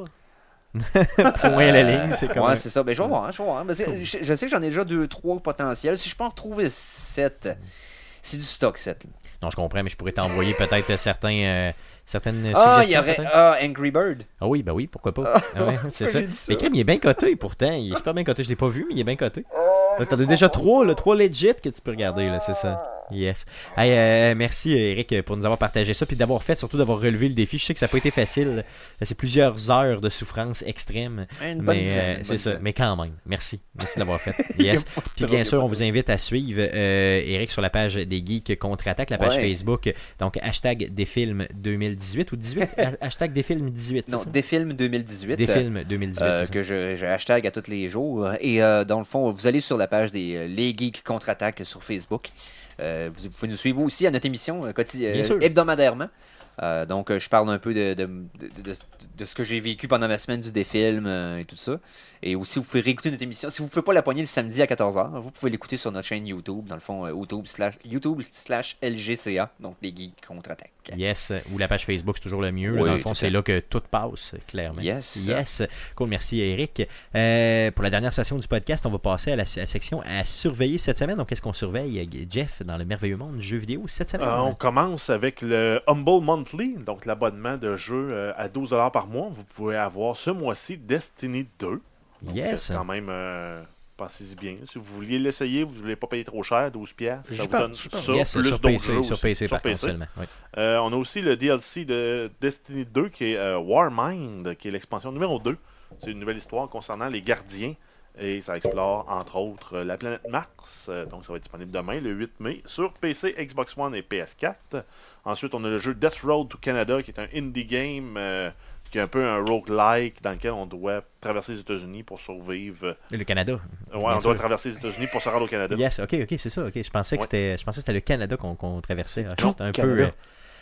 Point à la ligne, c'est comme. Ouais, un- c'est ça. Ben, je vais voir, je vais voir. Parce que je, je sais que j'en ai déjà deux, trois potentiels. Si je peux en retrouver sept, c'est du stock, sept. Non, je comprends, mais je pourrais t'envoyer peut-être certains, euh, certaines Ah, il y suggestions. aurait... peut-être. Ah, Angry Bird. Ah oui, ben oui, pourquoi pas. Ah ouais, c'est ça. j'ai dit ça. Mais Crème, il est bien coté pourtant. Il est super bien coté. Je l'ai pas vu, mais il est bien coté. Donc, t'en as déjà trois, là, trois legit que tu peux regarder, là, c'est ça. Yes. Hey, euh, merci, Eric, pour nous avoir partagé ça, puis d'avoir fait, surtout d'avoir relevé le défi. Je sais que ça n'a pas été facile. C'est plusieurs heures de souffrance extrême. Une bonne Mais dizaine, euh, une c'est bonne ça. dizaine. Mais quand même, merci. Merci de l'avoir fait. Yes. Puis bien sûr, on vous invite à suivre euh, Eric sur la page des Geeks Contre-Attaque, la page Ouais. Facebook. Donc, hashtag Desfilms deux mille dix-huit ou dix-huit hashtag Desfilms dix-huit. c'est Non, ça? Desfilm deux mille dix-huit. Desfilms deux mille dix-huit. Euh, c'est ça. que je, je hashtag à tous les jours. Et euh, dans le fond, vous allez sur la page des euh, Les Geeks Contre-Attaque sur Facebook. Euh, vous, vous pouvez nous suivre aussi à notre émission euh, quotidi- Bien euh, sûr. hebdomadairement. Euh, donc, euh, je parle un peu de, de, de, de- de ce que j'ai vécu pendant ma semaine du défilm euh, et tout ça. Et aussi, vous pouvez réécouter notre émission. Si vous ne pouvez pas la pogner le samedi à quatorze heures, vous pouvez l'écouter sur notre chaîne YouTube. Dans le fond, euh, YouTube slash YouTube slash L G C A. Donc, Les Geeks Contre-Attaque. Yes, ou la page Facebook, c'est toujours le mieux. là. Oui, Dans le fond, tout c'est à là que tout passe, clairement. Yes. Yes. Cool, merci Eric. Euh, pour la dernière session du podcast, on va passer à la, à la section à surveiller cette semaine. Donc, qu'est-ce qu'on surveille, Jeff, dans le merveilleux monde du jeu vidéo cette semaine? Euh, on commence avec le Humble Monthly, donc l'abonnement de jeu euh, à douze dollars par mois. Vous pouvez avoir ce mois-ci Destiny deux. Donc, Yes. euh, quand même, euh, pensez-y bien. Si vous vouliez l'essayer, vous ne voulez pas payer trop cher, douze piastres. Ça J'y vous pense, donne j'y pense. ça, Yes, plus sur d'autres P C, jeux sur aussi. P C Sur par contre seulement. Oui. Euh, on a aussi le D L C de Destiny deux qui est euh, Warmind, qui est l'expansion numéro deux. C'est une nouvelle histoire concernant les gardiens. Et ça explore, entre autres, euh, la planète Mars. Euh, donc, ça va être disponible demain, le huit mai, sur P C, Xbox One et P S quatre. Ensuite, on a le jeu Death Road to Canada, qui est un indie game, euh, qui est un peu un roguelike, dans lequel on doit traverser les États-Unis pour survivre. Le Canada. Euh, ouais, Bien on sûr. doit traverser les États-Unis pour se rendre au Canada. Yes, ok, ok, c'est ça. Ok, je pensais que Ouais. c'était, je pensais que c'était le Canada qu'on qu'on traversait. Ah, tout c'est un peu. Canada. euh,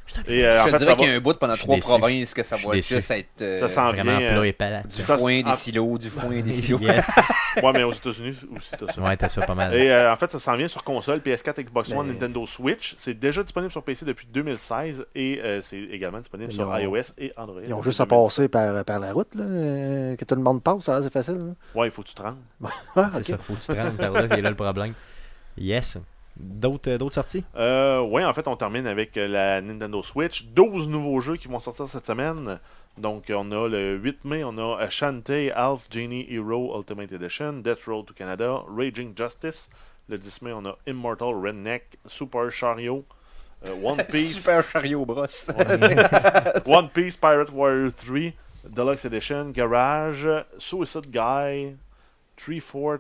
Et euh, Je en te fait, dirais ça qu'il y a va... un bout pendant Je suis trois déçu. provinces que ça Je suis va déçu. juste être euh, Ça s'en Vraiment vient, plat euh, et palat. du Ça, foin, en- des silos, du foin, des silos. Yes. Ouais, mais aux États-Unis aussi, t'as ça. Ouais, t'as ça pas mal. Et euh, en fait, ça s'en vient sur console, P S quatre, Xbox One, Mais- Nintendo Switch. C'est déjà disponible sur P C depuis deux mille seize et euh, c'est également disponible Ils sur ont- iOS et Android. Ils ont depuis juste à deux mille dix. passer par, par la route, là, euh, que tout le monde passe, ça, c'est facile. Là. Ouais, il faut que tu te rendes. Ah, C'est ok. ça, faut que tu te rendes par là, c'est là le problème. Yes. D'autres, euh, d'autres sorties? Euh, ouais, en fait, on termine avec euh, la Nintendo Switch. douze nouveaux jeux qui vont sortir cette semaine. Donc, on a le huit mai, on a Shantae, Alf, Genie, Hero, Ultimate Edition, Death Road to Canada, Raging Justice. Le dix mai, on a Immortal Redneck, Super Chariot, euh, One Piece, Super chariot brosse. One Piece Pirate Warrior trois, Deluxe Edition, Garage, Suicide Guy, Three-Fourth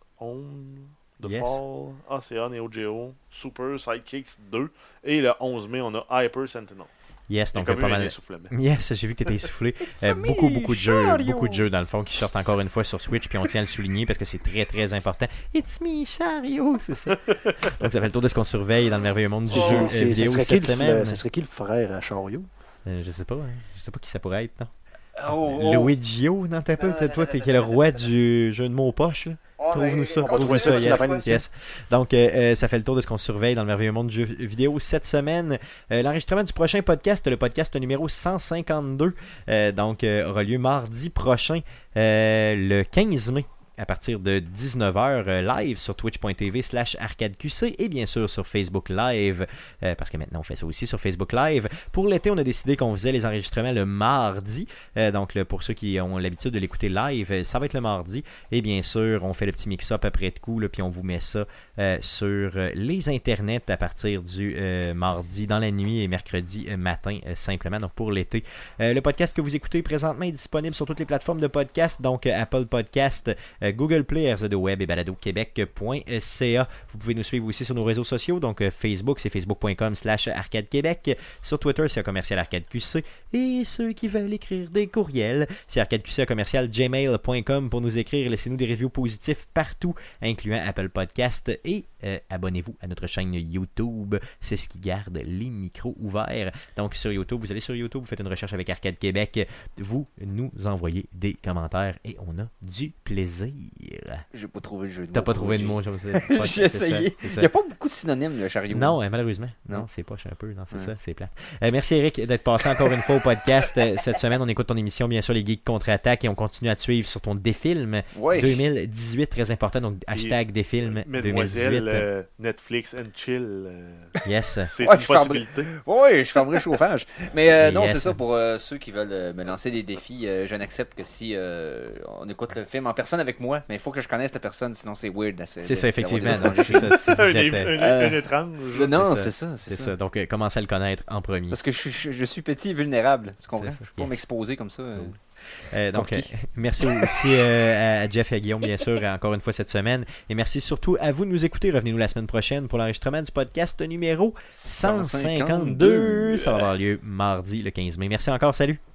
Home, The Yes. Fall, Ocean, Neo Geo, Super Sidekicks deux. Et le onze mai, on a Hyper Sentinel. Yes, donc Comme euh, pas eu un mal. essoufflement. Yes, j'ai vu que t'es essoufflé. Euh, beaucoup, beaucoup de jeux, beaucoup de jeux dans le fond qui sortent encore une fois sur Switch, puis on tient à le souligner parce que c'est très, très important. It's me, Shario, c'est ça. Donc ça fait le tour de ce qu'on surveille dans le merveilleux monde du C'est- jeu euh, c'est- vidéo ça serait qui cette le- semaine. Ça serait qui le frère à Chariot? Euh, je sais pas, hein. je sais pas qui ça pourrait être, non? Oh, oh. Luigio, non, t'as pas, peut-être toi, t'es qui est le roi du jeu de mots poche, là. Trouve-nous ça, on va trouve-nous trouver ça, ça d'ici yes. la fin de l'émission. Yes. Donc, euh, euh, ça fait le tour de ce qu'on surveille dans le merveilleux monde du jeu vidéo cette semaine. Euh, L'enregistrement du prochain podcast, le podcast numéro cent cinquante-deux, euh, donc euh, aura lieu mardi prochain, euh, le quinze mai. À partir de dix-neuf heures euh, live sur twitch.tv slash arcadeqc et bien sûr sur Facebook Live, euh, parce que maintenant on fait ça aussi sur Facebook Live. Pour l'été, on a décidé qu'on faisait les enregistrements le mardi, euh, donc là, pour ceux qui ont l'habitude de l'écouter live, euh, ça va être le mardi, et bien sûr, on fait le petit mix-up après de coup, là, puis on vous met ça euh, sur euh, les internets à partir du euh, mardi dans la nuit et mercredi euh, matin, euh, simplement, donc pour l'été. Euh, le podcast que vous écoutez présentement est disponible sur toutes les plateformes de podcast, donc euh, Apple Podcast, euh, Google Play, R Z O Web et balado québec point c a. Vous pouvez nous suivre aussi sur nos réseaux sociaux, donc euh, Facebook, c'est facebook.com slash arcade québec. Sur Twitter, c'est commercial arcade Q C. Et ceux qui veulent écrire des courriels, c'est arcadeqc commercial gmail point com pour nous écrire. Laissez-nous des reviews positifs partout, incluant Apple Podcast. Et euh, abonnez-vous à notre chaîne YouTube. C'est ce qui garde les micros ouverts. Donc sur YouTube, vous allez sur YouTube, vous faites une recherche avec Arcade Québec. Vous nous envoyez des commentaires et on a du plaisir. J'ai pas trouvé le jeu de T'as mots. pas trouvé de mot, je sais. J'ai essayé. Il n'y a pas beaucoup de synonymes, le chariot. Non, euh, malheureusement. Non, Non. c'est poche un peu. Non, c'est Ouais. ça, c'est plate. Euh, merci Eric d'être passé encore une fois au podcast. Euh, cette semaine, on écoute ton émission, bien sûr, les Geeks contre-attaque, et on continue à te suivre sur ton défilm Ouais. deux mille dix-huit, très important. Donc, hashtag défilm deux mille Mademoiselle, dix-huit. euh, Netflix and chill, euh, Yes. c'est Ouais, une je ferme- possibilité. Oui, je fermerai le chauffage. Mais euh, non, Yes. c'est ça, pour euh, ceux qui veulent euh, me lancer des défis, euh, je n'accepte que si euh, on écoute le film en personne avec moi, mais il faut que je connaisse la personne, sinon c'est weird. là, C'est ça, effectivement. d'avoir Donc, des- c'est ça. Si un, vous êtes, é- euh, un- euh, un étrange. Non, c'est ça. c'est ça, c'est ça. Donc, euh, commencez à le connaître en premier. Parce que je, suis- je, je suis petit et vulnérable, tu comprends? C'est ça. Je peux pas Yes. m'exposer comme ça. euh. Euh, donc, euh, Compliqué. merci aussi euh, à Jeff et à Guillaume, bien sûr, encore une fois cette semaine. Et merci surtout à vous de nous écouter. Revenez-nous la semaine prochaine pour l'enregistrement du podcast numéro cent cinquante-deux. Ça va avoir lieu mardi, le quinze mai. Merci encore, salut!